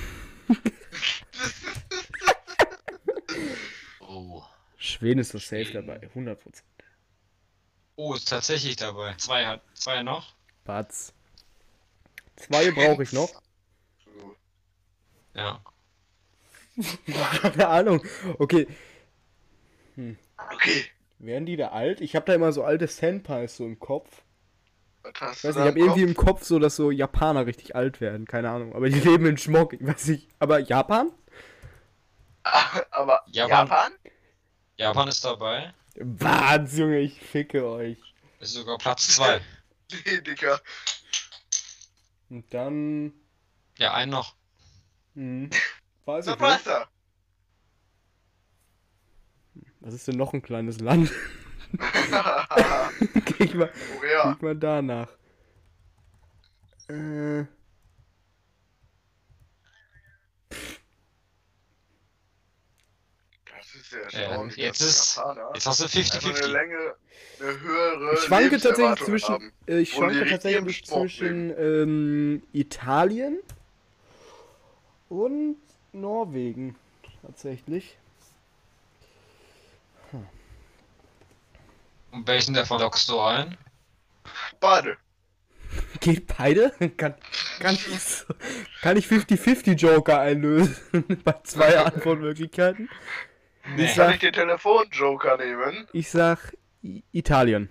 Oh. Schweden ist doch safe Schweden. dabei. hundert Prozent. Oh, ist tatsächlich dabei. Zwei hat, zwei noch. Batz. Zwei brauche ich noch. So. Ja. Keine Ahnung. Okay, Okay. werden die da alt? Ich habe da immer so alte Senpais so im Kopf. Was hast Ich du weiß da nicht, ich habe im irgendwie Kopf? im Kopf so, dass so Japaner richtig alt werden. Keine Ahnung. Aber die leben in Schmuck. Ich weiß nicht. Aber Japan? Aber Japan. Japan? Japan ist dabei. Was, Junge, ich ficke euch. Ist sogar Platz zwei. Nee, Digga. Und dann. Ja, einen noch. Hm, weiß Was ich war's nicht. da? Was ist denn noch ein kleines Land? Geh ich mal, Korea. geh ich mal danach. Äh. Das ist ja Ähm, erstaunlich. jetzt dass ist- Japaner Jetzt hast du einfach eine fünfzig fünfzig. Länge, eine höhere Ich schwanke tatsächlich Lebenserwartung zwischen. haben. Äh, ich Wo schwanke die richtig tatsächlich im Smog zwischen ähm, Italien und Norwegen. Tatsächlich. Und welchen davon lockst du ein? Beide. Geht beide? Kann, kann, ich, so- kann ich fünfzig fünfzig Joker einlösen? Bei zwei Antwortmöglichkeiten? Nee. Ich Kann sag, ich den Telefonjoker nehmen? ich sag I Italien.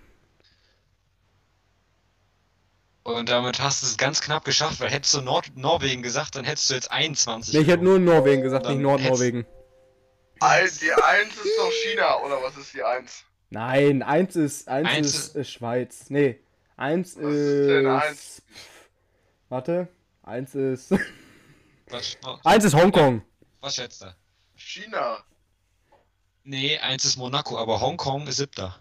Und damit hast du es ganz knapp geschafft, weil hättest du Nord Norwegen gesagt, dann hättest du jetzt einundzwanzig. Ne, ich hätte nur Norwegen gesagt, Dann nicht Nordnorwegen. Ein- Die eins ist doch China, oder was ist die eins? Nein, eins ist, eins Eins ist äh, Schweiz. Nee, eins Was ist denn ist. eins? Warte, eins ist. Was, was, Eins ist Hongkong. was schätzt du? China. Nee, eins ist Monaco, aber Hongkong ist siebter.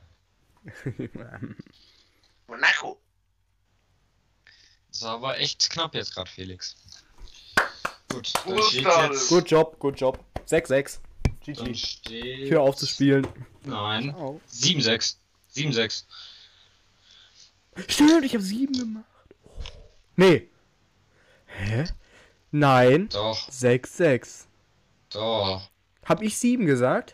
Monaco. Das war aber echt knapp jetzt gerade, Felix. Gut, dann Gut, steht Daniel. jetzt... Gut Job, gut Job. sechs sechs. Dann G G. steht... Hör auf zu spielen. Nein. Au. sieben sechs. sieben sechs. Stimmt, ich habe sieben gemacht. Nee. Hä? Nein. Doch, sechs sechs. doch. Hab ich sieben gesagt?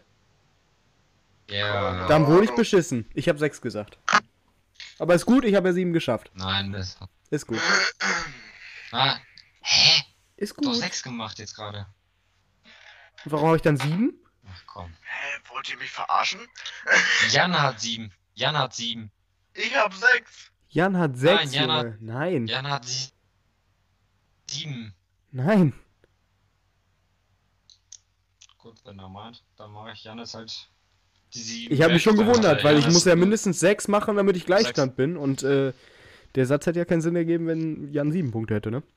Ja. Dann wurde ich Ahnung. beschissen. Ich habe sechs gesagt. Aber ist gut, ich habe ja sieben geschafft. Nein, das hat... Ist gut. Ah, hä? Ist Doch gut. sechs gemacht jetzt gerade. Warum habe ich dann sieben? Ach komm. Hä, wollt ihr mich verarschen? Jan hat sieben. Jan hat sieben. Ich hab sechs. Jan hat sechs. Jan hat- Junge. Nein. Jan hat sie sieben. Nein. Gut, wenn er meint, dann mache ich Jan jetzt halt die sieben Ich habe mich schon Weltmeister gewundert, weil ich Jan muss ja ist- mindestens sechs machen, damit ich Gleichstand bin. Und äh, der Satz hätte ja keinen Sinn ergeben, wenn Jan sieben Punkte hätte, ne?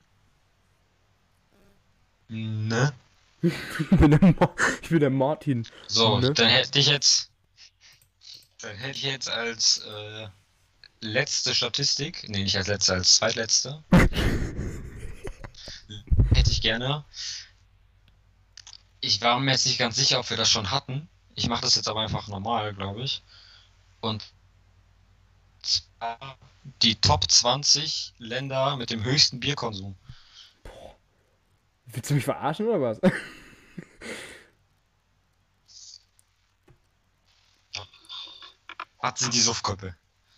Ne? Ich bin der, Ma ich bin der Martin. So, Ne? dann hätte ich jetzt. Dann hätte ich jetzt als äh, letzte Statistik, nee, nicht als letzte, als zweitletzte, hätte ich gerne. Ich war mir jetzt nicht ganz sicher, ob wir das schon hatten. Ich mache das jetzt aber einfach normal, glaube ich. Und zwar die Top zwanzig Länder mit dem höchsten Bierkonsum. Willst du mich verarschen oder was? Hat sie die Suffköppe.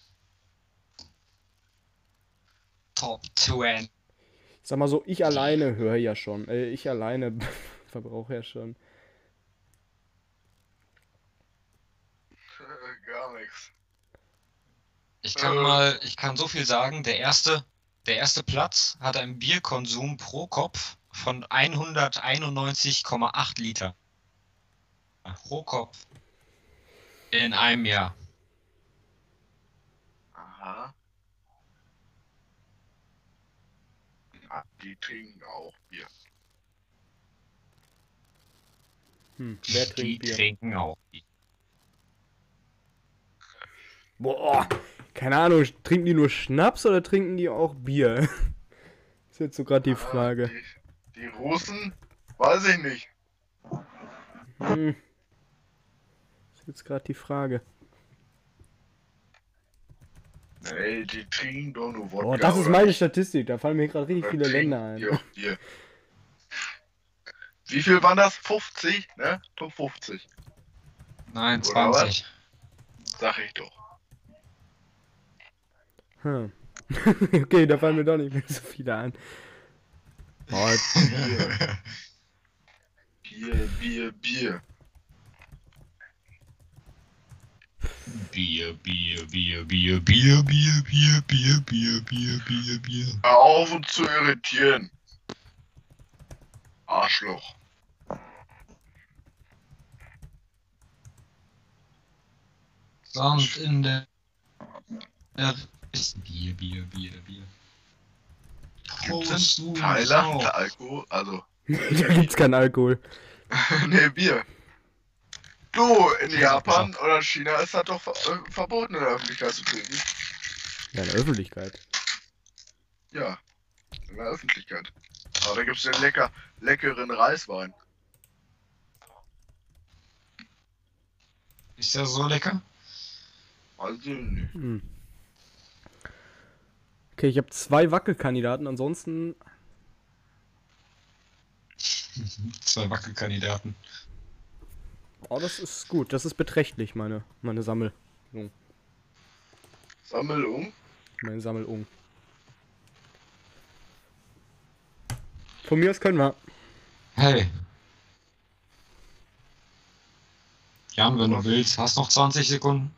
Top zwanzig. Sag mal so, ich alleine höre ja schon. Äh, ich alleine verbrauche ja schon. Äh, Gar nichts. Ich kann Äh. mal, ich kann so viel sagen, der erste, der erste Platz hat einen Bierkonsum pro Kopf von hunderteinundneunzig Komma acht Liter. Pro Kopf. In einem Jahr. Aha. Ah, die trinken auch Bier. Hm, wer Die trinkt Bier? trinken auch. Boah, keine Ahnung, trinken die nur Schnaps oder trinken die auch Bier? Ist jetzt so gerade die Frage. Ah, die, die Russen? Weiß ich nicht. Hm. Ist jetzt gerade die Frage. Nee, die trinken doch nur Wodka. Boah, das ist oder meine nicht? Statistik, da fallen mir gerade richtig Oder viele trinken Länder die ein. auch Bier? Wie viel waren das? fünfzig, ne? Top fünfzig. Nein, Oder was? zwanzig. Sag ich doch. Hm. Okay, da fallen mir doch nicht mehr so viele ein. Boah, Bier, Bier, Bier. Bier, Bier, Bier, Bier, Bier, Bier, Bier, Bier, Bier, Bier, Bier, Bier. Hör auf uns zu irritieren. Arschloch. Sand in der... der ist Bier, Bier, Bier, Bier. Gibt Prost, es du in Thailand Sau. Alkohol? Also, da gibt's keinen Alkohol. ne, Bier. Du, in Japan oder China ist das doch ver äh, verboten in der Öffentlichkeit zu trinken. Ja, in der Öffentlichkeit. Ja, in der Öffentlichkeit. Aber da gibt's den lecker, leckeren Reiswein. Ist der so lecker? Also nicht. Hm. Okay, ich habe zwei Wackelkandidaten, ansonsten. Zwei Wackelkandidaten. Oh, das ist gut, das ist beträchtlich, meine, meine Sammel. Sammlung. Meine Sammelung. Von mir aus können wir. Hey. Jan, wenn du willst, hast noch zwanzig Sekunden.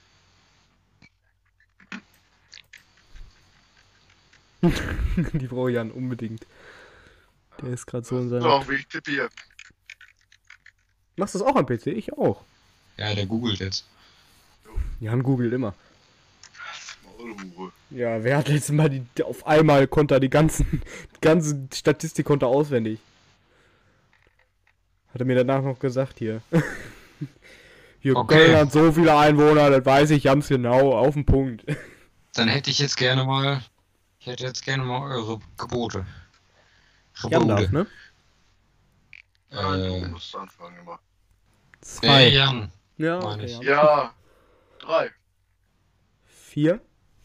Die brauche ich Jan unbedingt. Der ist gerade so in seiner. Doch, wie ich tippe hier. Machst du das auch am P C? Ich auch. Ja, der googelt jetzt. Jan googelt immer. Maulhure. Ja, wer hat letztes Mal die, auf einmal konnte er die ganzen, die ganze Statistik konnte er auswendig. Hat er mir danach noch gesagt hier. Hier, Okay. Köln hat so viele Einwohner, das weiß ich ganz genau, auf den Punkt. Dann hätte ich jetzt gerne mal. Ich hätte jetzt gerne mal eure Gebote. Jan darf, Gebote. ne? Nein, Äh. du musst anfangen immer. Zwei. Nee, Jan. Ja, meine okay, ich. Jan. Ja. Drei. Vier.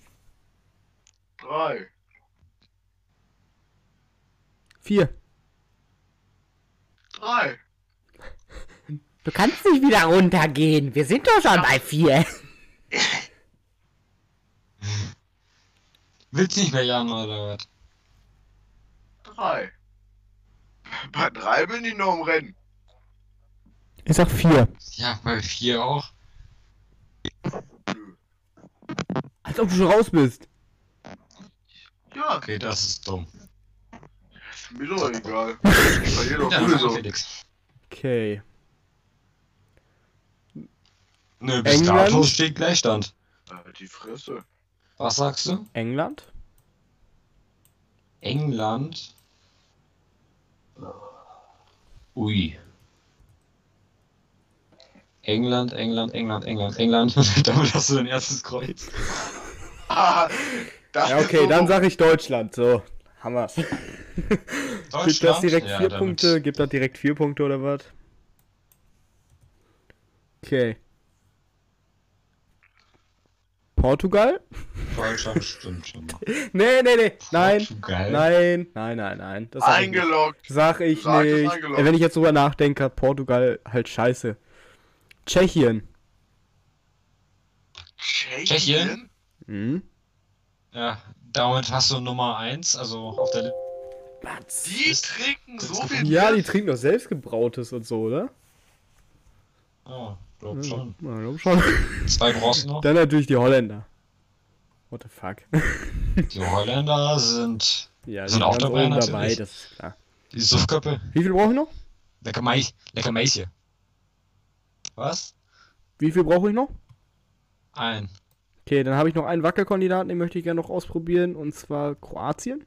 Drei. Vier. Drei. Du kannst nicht wieder runtergehen. Wir sind doch schon bei vier. Willst nicht mehr Jan oder was? Drei. Bei drei bin ich noch im Rennen. Ich sag vier. Ja, bei vier auch. Nö. Als ob du schon raus bist. Ja, Okay, das ist dumm. ist mir doch egal. Ich verliere doch Ja, sowieso. Felix. Okay. Nö, bis England? dato steht Gleichstand. Äh, die Fresse. Was sagst du? England? England? Ui. England, England, England, England, England. Damit hast du dein erstes Kreuz. Ah, das Ja, ist okay, so dann sag ich Deutschland. So, Hammers. Gibt das Deutschland? direkt Ja, vier damit- Punkte? Gibt das direkt vier Punkte oder was? Okay. Portugal? Deutschland stimmt schon. Nee, nee, nee. Nein. Portugal? Nein, nein, nein, nein. Das sag ich nicht. eingeloggt. Sag ich Sag es nicht. eingeloggt. Äh, Wenn ich jetzt drüber nachdenke, Portugal halt scheiße. Tschechien. Tschechien? Tschechien? Hm? Ja, damit hast du Nummer eins, also auf der Liste. Was? Die Ist- trinken ist so gut. viel Ja, Bier. die trinken doch selbstgebrautes und so, oder? Oh, glaub schon. Ja, glaub schon. Zwei brauchst du noch. Dann natürlich die Holländer. What the fuck? Die Holländer sind Ja, Sind die auch ganz dabei, oben natürlich. das ist klar. die Suffköppe. Wie viel brauche ich noch? Lecker Mais, lecker Mais hier. Was? Wie viel brauche ich noch? Ein. Okay, dann habe ich noch einen Wackelkandidaten, den möchte ich gerne noch ausprobieren, und zwar Kroatien.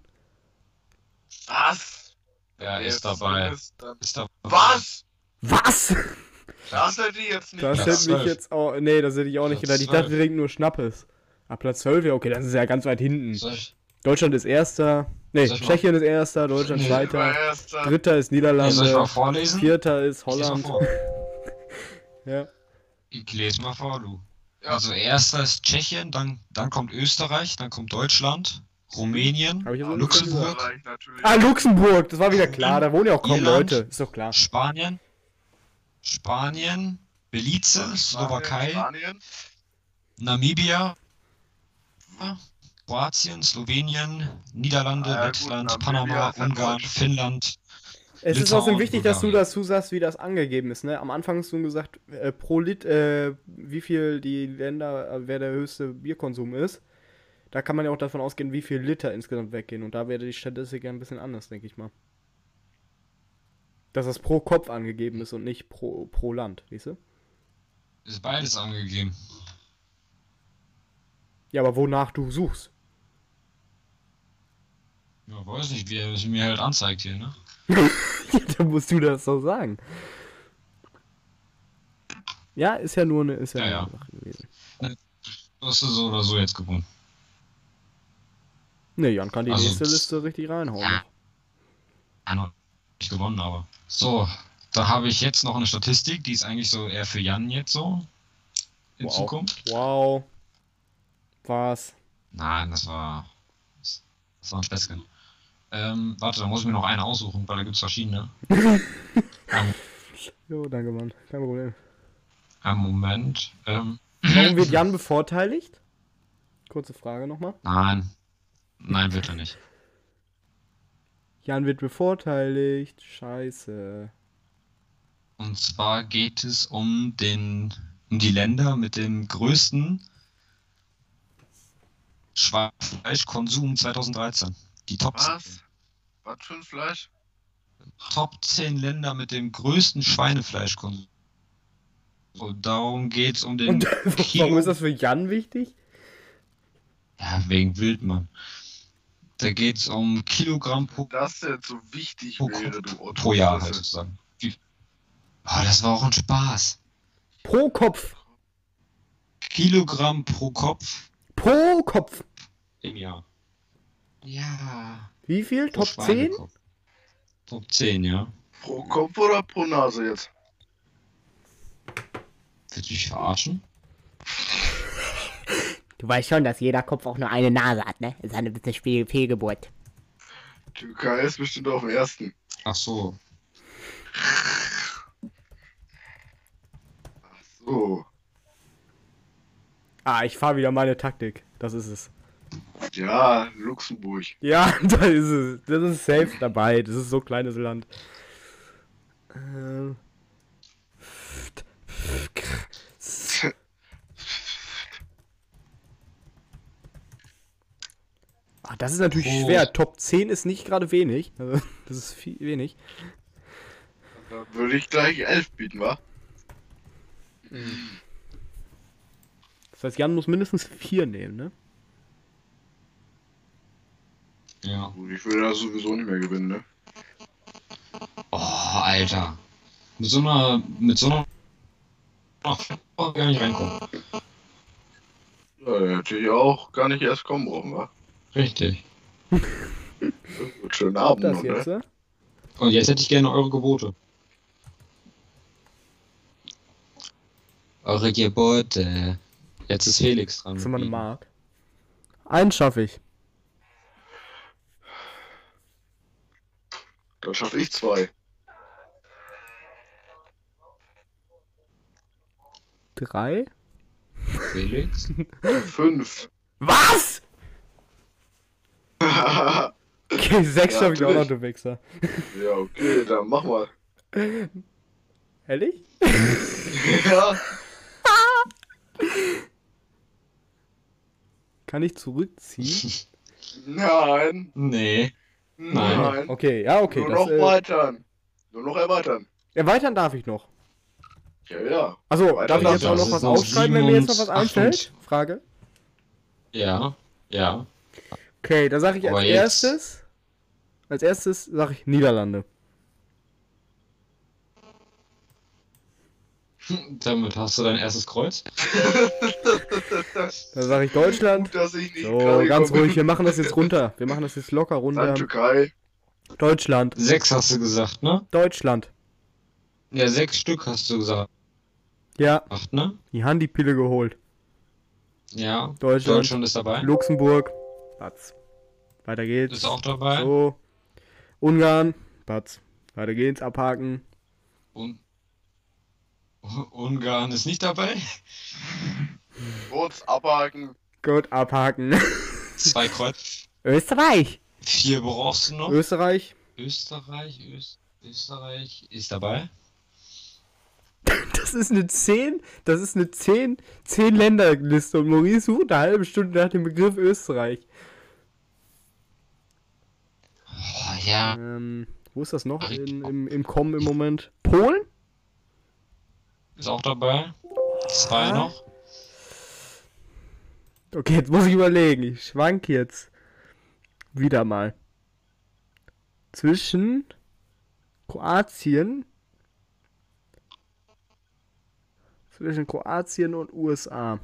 Was? Ja, Wer ist jetzt dabei. Ist dann... Ist dabei. Was? Was? Das hätte ich jetzt nicht Das Platz hätte mich zwölf. jetzt auch. Nee, das hätte ich auch nicht Platz gedacht. Ich dachte zwölf. direkt nur Schnappes. Ah, Platz zwölf, ja, okay, das ist ja ganz weit hinten. Soll ich, Deutschland ist erster. Nee, Soll ich mal- Tschechien ist erster, Deutschland Nee. zweiter. Erster. Dritter ist nee, soll ich mal Niederlande. vorlesen? Vierter ist Ich lese mal Holland. vor. Ja. Ich lese mal vor, du. Ja. Also erster ist Tschechien, dann, dann kommt Österreich, dann kommt Deutschland, Rumänien, Hab ich jetzt auch nicht Luxemburg, Österreich natürlich. Ah, Luxemburg, das war wieder klar. Da wohnen ja auch kaum Irland. Leute. Ist doch klar. Spanien, Spanien, Belize, Spanien, Slowakei, Spanien. Namibia, Kroatien, Slowenien, Niederlande, Ah, ja, gut, Lettland, Namibia Panama, ist ja Ungarn, Deutsch. Finnland. Es ist Litauen, außerdem wichtig, dass du Bulgarien. dazu sagst, wie das angegeben ist, ne? Am Anfang hast du gesagt, äh, pro Lit, äh, wie viel die Länder, äh, wer der höchste Bierkonsum ist. Da kann man ja auch davon ausgehen, wie viel Liter insgesamt weggehen. Und da wäre die Statistik ja ein bisschen anders, denke ich mal. Dass das pro Kopf angegeben ist und nicht pro, pro Land, weißt du? Ist beides angegeben. Ja, aber wonach du suchst. Ja, weiß nicht, wie er es mir halt anzeigt hier, ne? Ja, dann musst du das doch sagen. Ja, ist ja nur eine, ist ja, Ja, nur ja. eine Sache gewesen. Du hast du so oder so jetzt gewonnen. Ne, Jan kann die Also, nächste Liste richtig reinhauen. Ja. Ja, noch nicht gewonnen, aber. So, da habe ich jetzt noch eine Statistik, die ist eigentlich so eher für Jan jetzt so. In Wow. Zukunft. Wow. Was? Nein, das war. Das war ein Späßchen. Ähm, warte, da muss ich mir noch eine aussuchen, weil da gibt es verschiedene. ähm, Jo, danke, Mann. Kein Problem. einen Moment. Ähm, Warum wird Jan bevorteiligt? Kurze Frage nochmal. nein. Nein, wird er nicht. Jan wird bevorteiligt. Scheiße. Und zwar geht es um den um die Länder mit dem größten Schweinefleischkonsum zweitausenddreizehn. Die Top Was? Was für ein Fleisch? Top zehn Länder mit dem größten Schweinefleischkonsum. So, darum geht's um den Und warum ist das für Jan wichtig? Ja, wegen Wildmann. Da geht's um Kilogramm pro, Das jetzt so wichtig pro, wäre, du Otto. pro Jahr halt sozusagen. Wie, oh, das war auch ein Spaß. Pro Kopf. Kilogramm pro Kopf Pro Kopf. im Jahr. Ja. Wie viel? pro Top zehn? Schweinekopf. Top zehn, ja. Pro Kopf oder pro Nase jetzt? Willst du mich verarschen? Du weißt schon, dass jeder Kopf auch nur eine Nase hat, ne? Das ist eine bisschen Fehl Fehlgeburt. Türkei ist bestimmt auf dem ersten. Ach so. Ach so. Ah, ich fahre wieder meine Taktik. Das ist es. Ja, Luxemburg. Ja, da ist es. Das ist safe dabei. Das ist so ein kleines Land. Ähm. Ah, das ist natürlich Prost. schwer. Top zehn ist nicht gerade wenig. Also, das ist viel wenig. Da würde ich gleich elf bieten, wa? Das heißt, Jan muss mindestens vier nehmen, ne? Ja. Gut, ich würde da sowieso nicht mehr gewinnen, ne? Oh, Alter. Mit so einer. Mit so einer. Oh, gar nicht reinkommen. Ja, der hätte ich auch gar nicht erst kommen brauchen, wa? Richtig. Schönen Ob Abend das noch, jetzt, ne? ne? Und jetzt hätte ich gerne eure Gebote. Eure Gebote. Jetzt ist Felix dran. Das ist immer eine mit Biegen. Mark. Einen schaffe ich. Dann schaffe ich zwei. Drei? Felix? Fünf. Was? Ja, Okay, sechs Ja, schaffe ich auch noch, natürlich. du Wichser. okay, dann mach mal. Ehrlich? Ja. Kann ich zurückziehen? Nein. Nee. Nein. Nein. Okay, ja, okay. Nur Das, noch äh, erweitern. Nur noch erweitern. erweitern darf ich noch. Ja, ja. Also, Weiter darf ich jetzt geht's. auch noch Das was ist noch aufschreiben, wenn mir jetzt noch was siebenund- einfällt? Frage. Ja. Ja. Okay, da sage ich Aber als jetzt- erstes. Als erstes sage ich Niederlande. Damit hast du dein erstes Kreuz. Da sage ich Deutschland. Gut, dass ich nicht So, gerade ganz gekommen ruhig, wir machen das jetzt runter. Wir machen das jetzt locker bin. runter. Dann Türkei. Deutschland. Sechs hast du gesagt, ne? Deutschland. Ja, sechs Stück hast du gesagt, Ja, ne? die Handypille geholt. Ja. Deutschland. Deutschland ist dabei. Luxemburg. Batz. Weiter geht's. Ist auch dabei. So. Ungarn. Batz. Weiter geht's. Abhaken. Un Ungarn ist nicht dabei. Kurz abhaken. Gut, abhaken. Zwei Kreuz. Österreich. Vier brauchst du noch. Österreich. Österreich, Öst Österreich ist dabei. Das ist eine zehn. Das ist eine zehn. zehn Länderliste. Und Maurice sucht eine halbe Stunde nach dem Begriff Österreich. Oh, ja. Ähm, wo ist das noch in, im, im Kommen im Moment? Polen? Ist auch dabei. Zwei Ah. noch. Okay, jetzt muss ich überlegen. Ich schwank jetzt wieder mal. Zwischen Kroatien. Zwischen Kroatien und U S A.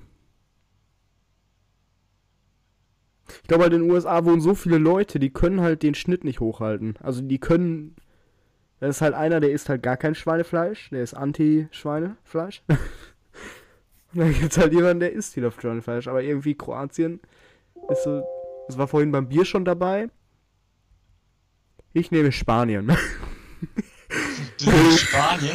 Ich glaube halt in den U S A wohnen so viele Leute, die können halt den Schnitt nicht hochhalten. Also die können. Da ist halt einer, der isst halt gar kein Schweinefleisch. Der ist Anti-Schweinefleisch. Und dann gibt's halt jemanden, der isst wieder Schweinefleisch. Aber irgendwie Kroatien ist so. Das war vorhin beim Bier schon dabei. Ich nehme Spanien. Du nimmst Spanien?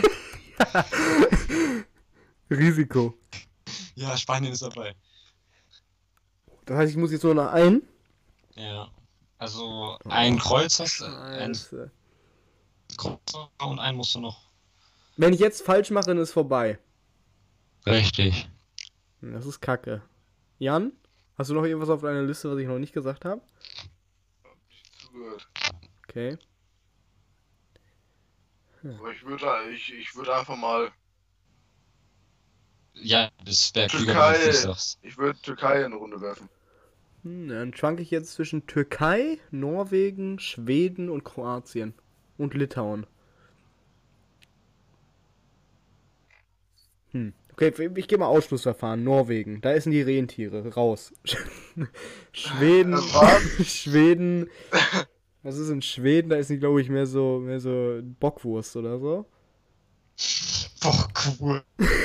Risiko. Ja, Spanien ist dabei. Das heißt, ich muss jetzt nur noch ein. Ja. Also ein Kreuz hast du, ein Scheiße. Kreuz und einen musst du noch. Wenn ich jetzt falsch mache, dann ist vorbei. Richtig. Das ist kacke. Jan, hast du noch irgendwas auf deiner Liste, was ich noch nicht gesagt habe? Zugehört. Okay. Aber ich würde ich, ich würde einfach mal. Ja, das wäre klüger, Türkei. wenn du nicht sagst. Ich würde Türkei in eine Runde werfen. Hm, dann schwanke ich jetzt zwischen Türkei, Norwegen, Schweden und Kroatien. Und Litauen. Hm. Okay, ich gehe mal Ausschlussverfahren. Norwegen. Da essen die Rentiere. Raus. Schweden. Das war's? Schweden. Was ist in Schweden? Da ist die, glaube ich, mehr so, mehr so Bockwurst oder so. Boah, cool.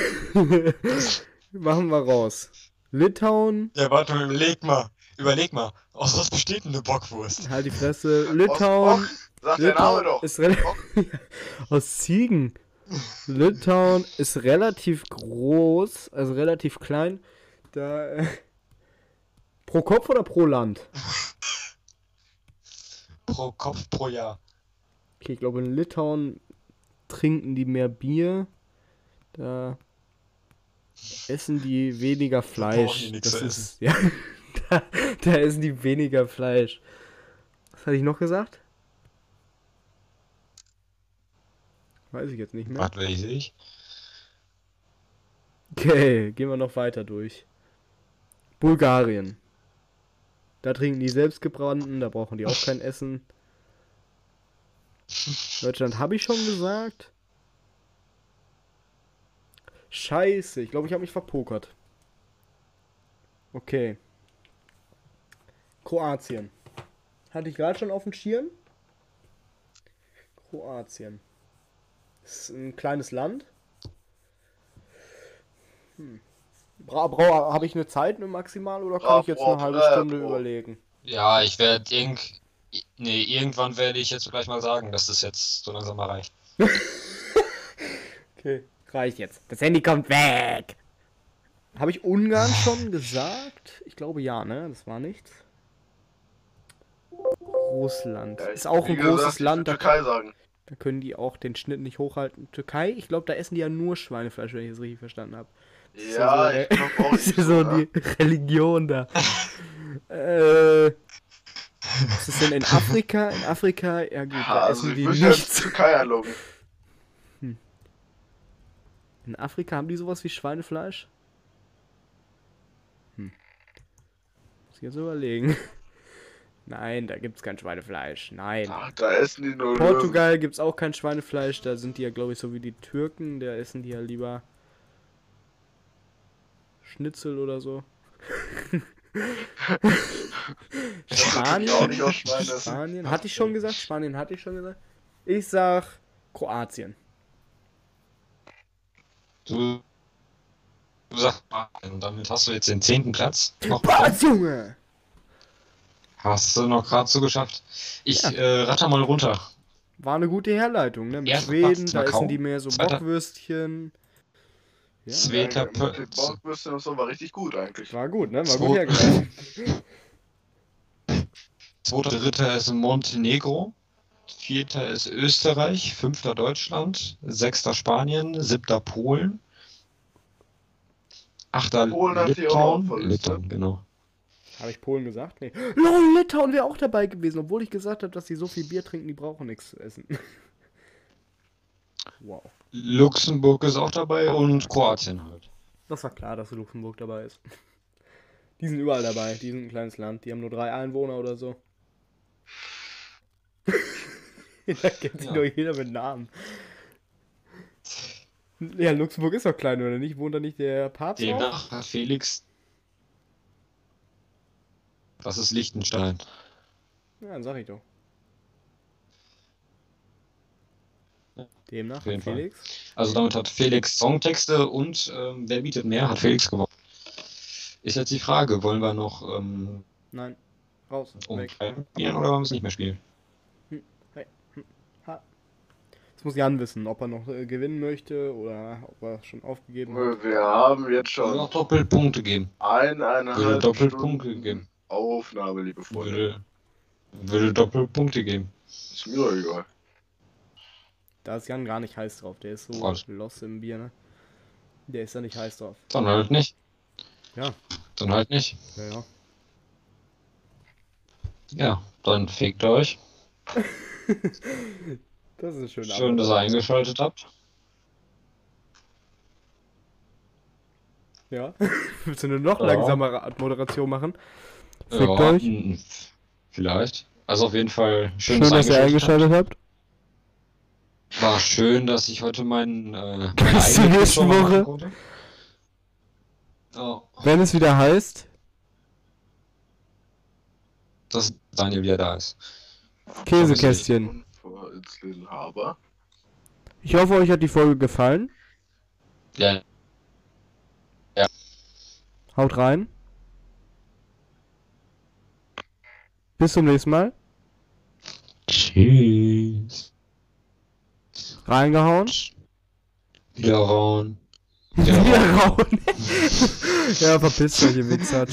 Machen wir raus. Litauen. Ja, warte mal, überleg mal. Überleg mal. Aus was besteht denn eine Bockwurst? Halt die Fresse. Aus Litauen. Bock, sagt der Name Litauen doch. ist relativ. Aus Ziegen. Litauen ist relativ groß, also relativ klein. Da. Äh, pro Kopf oder pro Land? Pro Kopf pro Jahr. Okay, ich glaube in Litauen trinken die mehr Bier. Da essen die weniger brauchen Fleisch. die nix Das zu ist. Ja, da, da essen die weniger Fleisch. Was hatte ich noch gesagt? Weiß ich jetzt nicht mehr. Was weiß ich? Okay, gehen wir noch weiter durch. Bulgarien. Da trinken die selbstgebrannten, da brauchen die auch kein Essen. Deutschland habe ich schon gesagt. Scheiße, ich glaube, ich habe mich verpokert. Okay. Kroatien. Hatte ich gerade schon auf dem Schirm? Kroatien. Ist ein kleines Land. Hm. Bra Bra habe ich eine Zeit, eine maximal, oder kann Bra ich jetzt Bra eine halbe Bra Stunde Bra. überlegen? Ja, ich werde irgend... Nee, irgendwann werde ich jetzt gleich mal sagen, dass das jetzt so langsam mal reicht. Okay, reicht jetzt. Das Handy kommt weg. Habe ich Ungarn schon gesagt? Ich glaube ja, ne? Das war nichts. Russland. Ja, Ist auch wie ein gesagt, großes ich würd Land. Da, Türkei sagen. da können die auch den Schnitt nicht hochhalten. Türkei? Ich glaube, da essen die ja nur Schweinefleisch, wenn ich es richtig verstanden habe. ist ja Ja, so, ich glaube auch Das nicht ist so so, ne? die Religion da. äh, was ist denn in Afrika? In Afrika, ja gut, Ja, da also essen ich die würde jetzt nichts. Türkei einloggen. In Afrika haben die sowas wie Schweinefleisch? Hm. Muss ich jetzt überlegen. Nein, da gibt's kein Schweinefleisch. Nein. Ach, da essen die nur Löwen. Portugal gibt's auch kein Schweinefleisch. Da sind die ja, glaube ich, so wie die Türken. Da essen die ja lieber Schnitzel oder so. Spanien? Auch nicht aus Schwein essen. Spanien? Hatte ich schon gesagt? Spanien hatte ich schon gesagt. Ich sag Kroatien. Du, du sagst, und damit hast du jetzt den zehnten Platz noch bekommen. Was, Junge? Hast du noch gerade so geschafft. Ich Ja. äh, ratter mal runter. War eine gute Herleitung, ne? Mit Erster Schweden, Platz, da Macau. essen die mehr so Zweiter- Bockwürstchen. Ja, Zweiter Ja, mit den Platz. Bauchbürsten und so war richtig gut eigentlich. war gut, ne? War Zwei- gut hergeleitet. Zweiter, dritter ist Montenegro. Vierter ist Österreich. Fünfter Deutschland. Sechster Spanien. Siebter Polen. Achter Polen hat die auch noch Litauen. auf der Liste. Litauen, genau. Habe ich Polen gesagt? Nee. Lol, Litauen wäre auch dabei gewesen, obwohl ich gesagt habe, dass die so viel Bier trinken, die brauchen nichts zu essen. Wow. Luxemburg ist auch dabei und Kroatien halt. Das war klar, dass Luxemburg dabei ist. Die sind überall dabei, die sind ein kleines Land, die haben nur drei Einwohner oder so. Da kennt sich Ja. doch jeder mit Namen. Ja, Luxemburg ist doch klein, oder nicht? Wohnt da nicht der Papst auch? Demnach hat Felix. Das ist Liechtenstein. Ja, dann sag ich doch. Ja, Demnach auf jeden hat Fall. Felix. Also damit hat Felix Songtexte und ähm, wer bietet mehr, hat Felix gewonnen. Ist jetzt die Frage, wollen wir noch ähm, Nein. Raus. Weg. umsteigen spielen oder wollen wir es nicht mehr spielen? Das muss Jan wissen, ob er noch äh, gewinnen möchte oder ob er schon aufgegeben hat. Wir haben jetzt Oder schon noch Doppelpunkte geben. eineinhalb Würde Doppelpunkte Stunden geben. Aufnahme, liebe Freunde. Würde, würde Doppelpunkte geben. Ist mir doch egal. Da ist Jan gar nicht heiß drauf. Der ist so Was? los im Bier, ne? Der ist da nicht heiß drauf. Dann halt nicht. Ja. Dann halt nicht. Ja, ja. Ja, dann fickt euch. Das ist schön. Schön, dass ihr eingeschaltet habt. Ja. Willst du eine noch Ja. langsamere Art Moderation machen? Fickt Ja, euch. m, vielleicht. Also auf jeden Fall schön, Schön, dass ihr habt. eingeschaltet habt. War schön, dass ich heute meinen äh, meine Bis zur eigene nächsten Show machen Woche. konnte. Ja, Wenn es wieder heißt, dass Daniel wieder da ist. Käsekästchen. Vor Little Harbor. Ich hoffe, euch hat die Folge gefallen. Ja, Haut rein. Bis zum nächsten Mal. tschüss. Reingehauen. Wieder rauen. Wieder rauen. Ja, verpisst euch, ihr Wichser.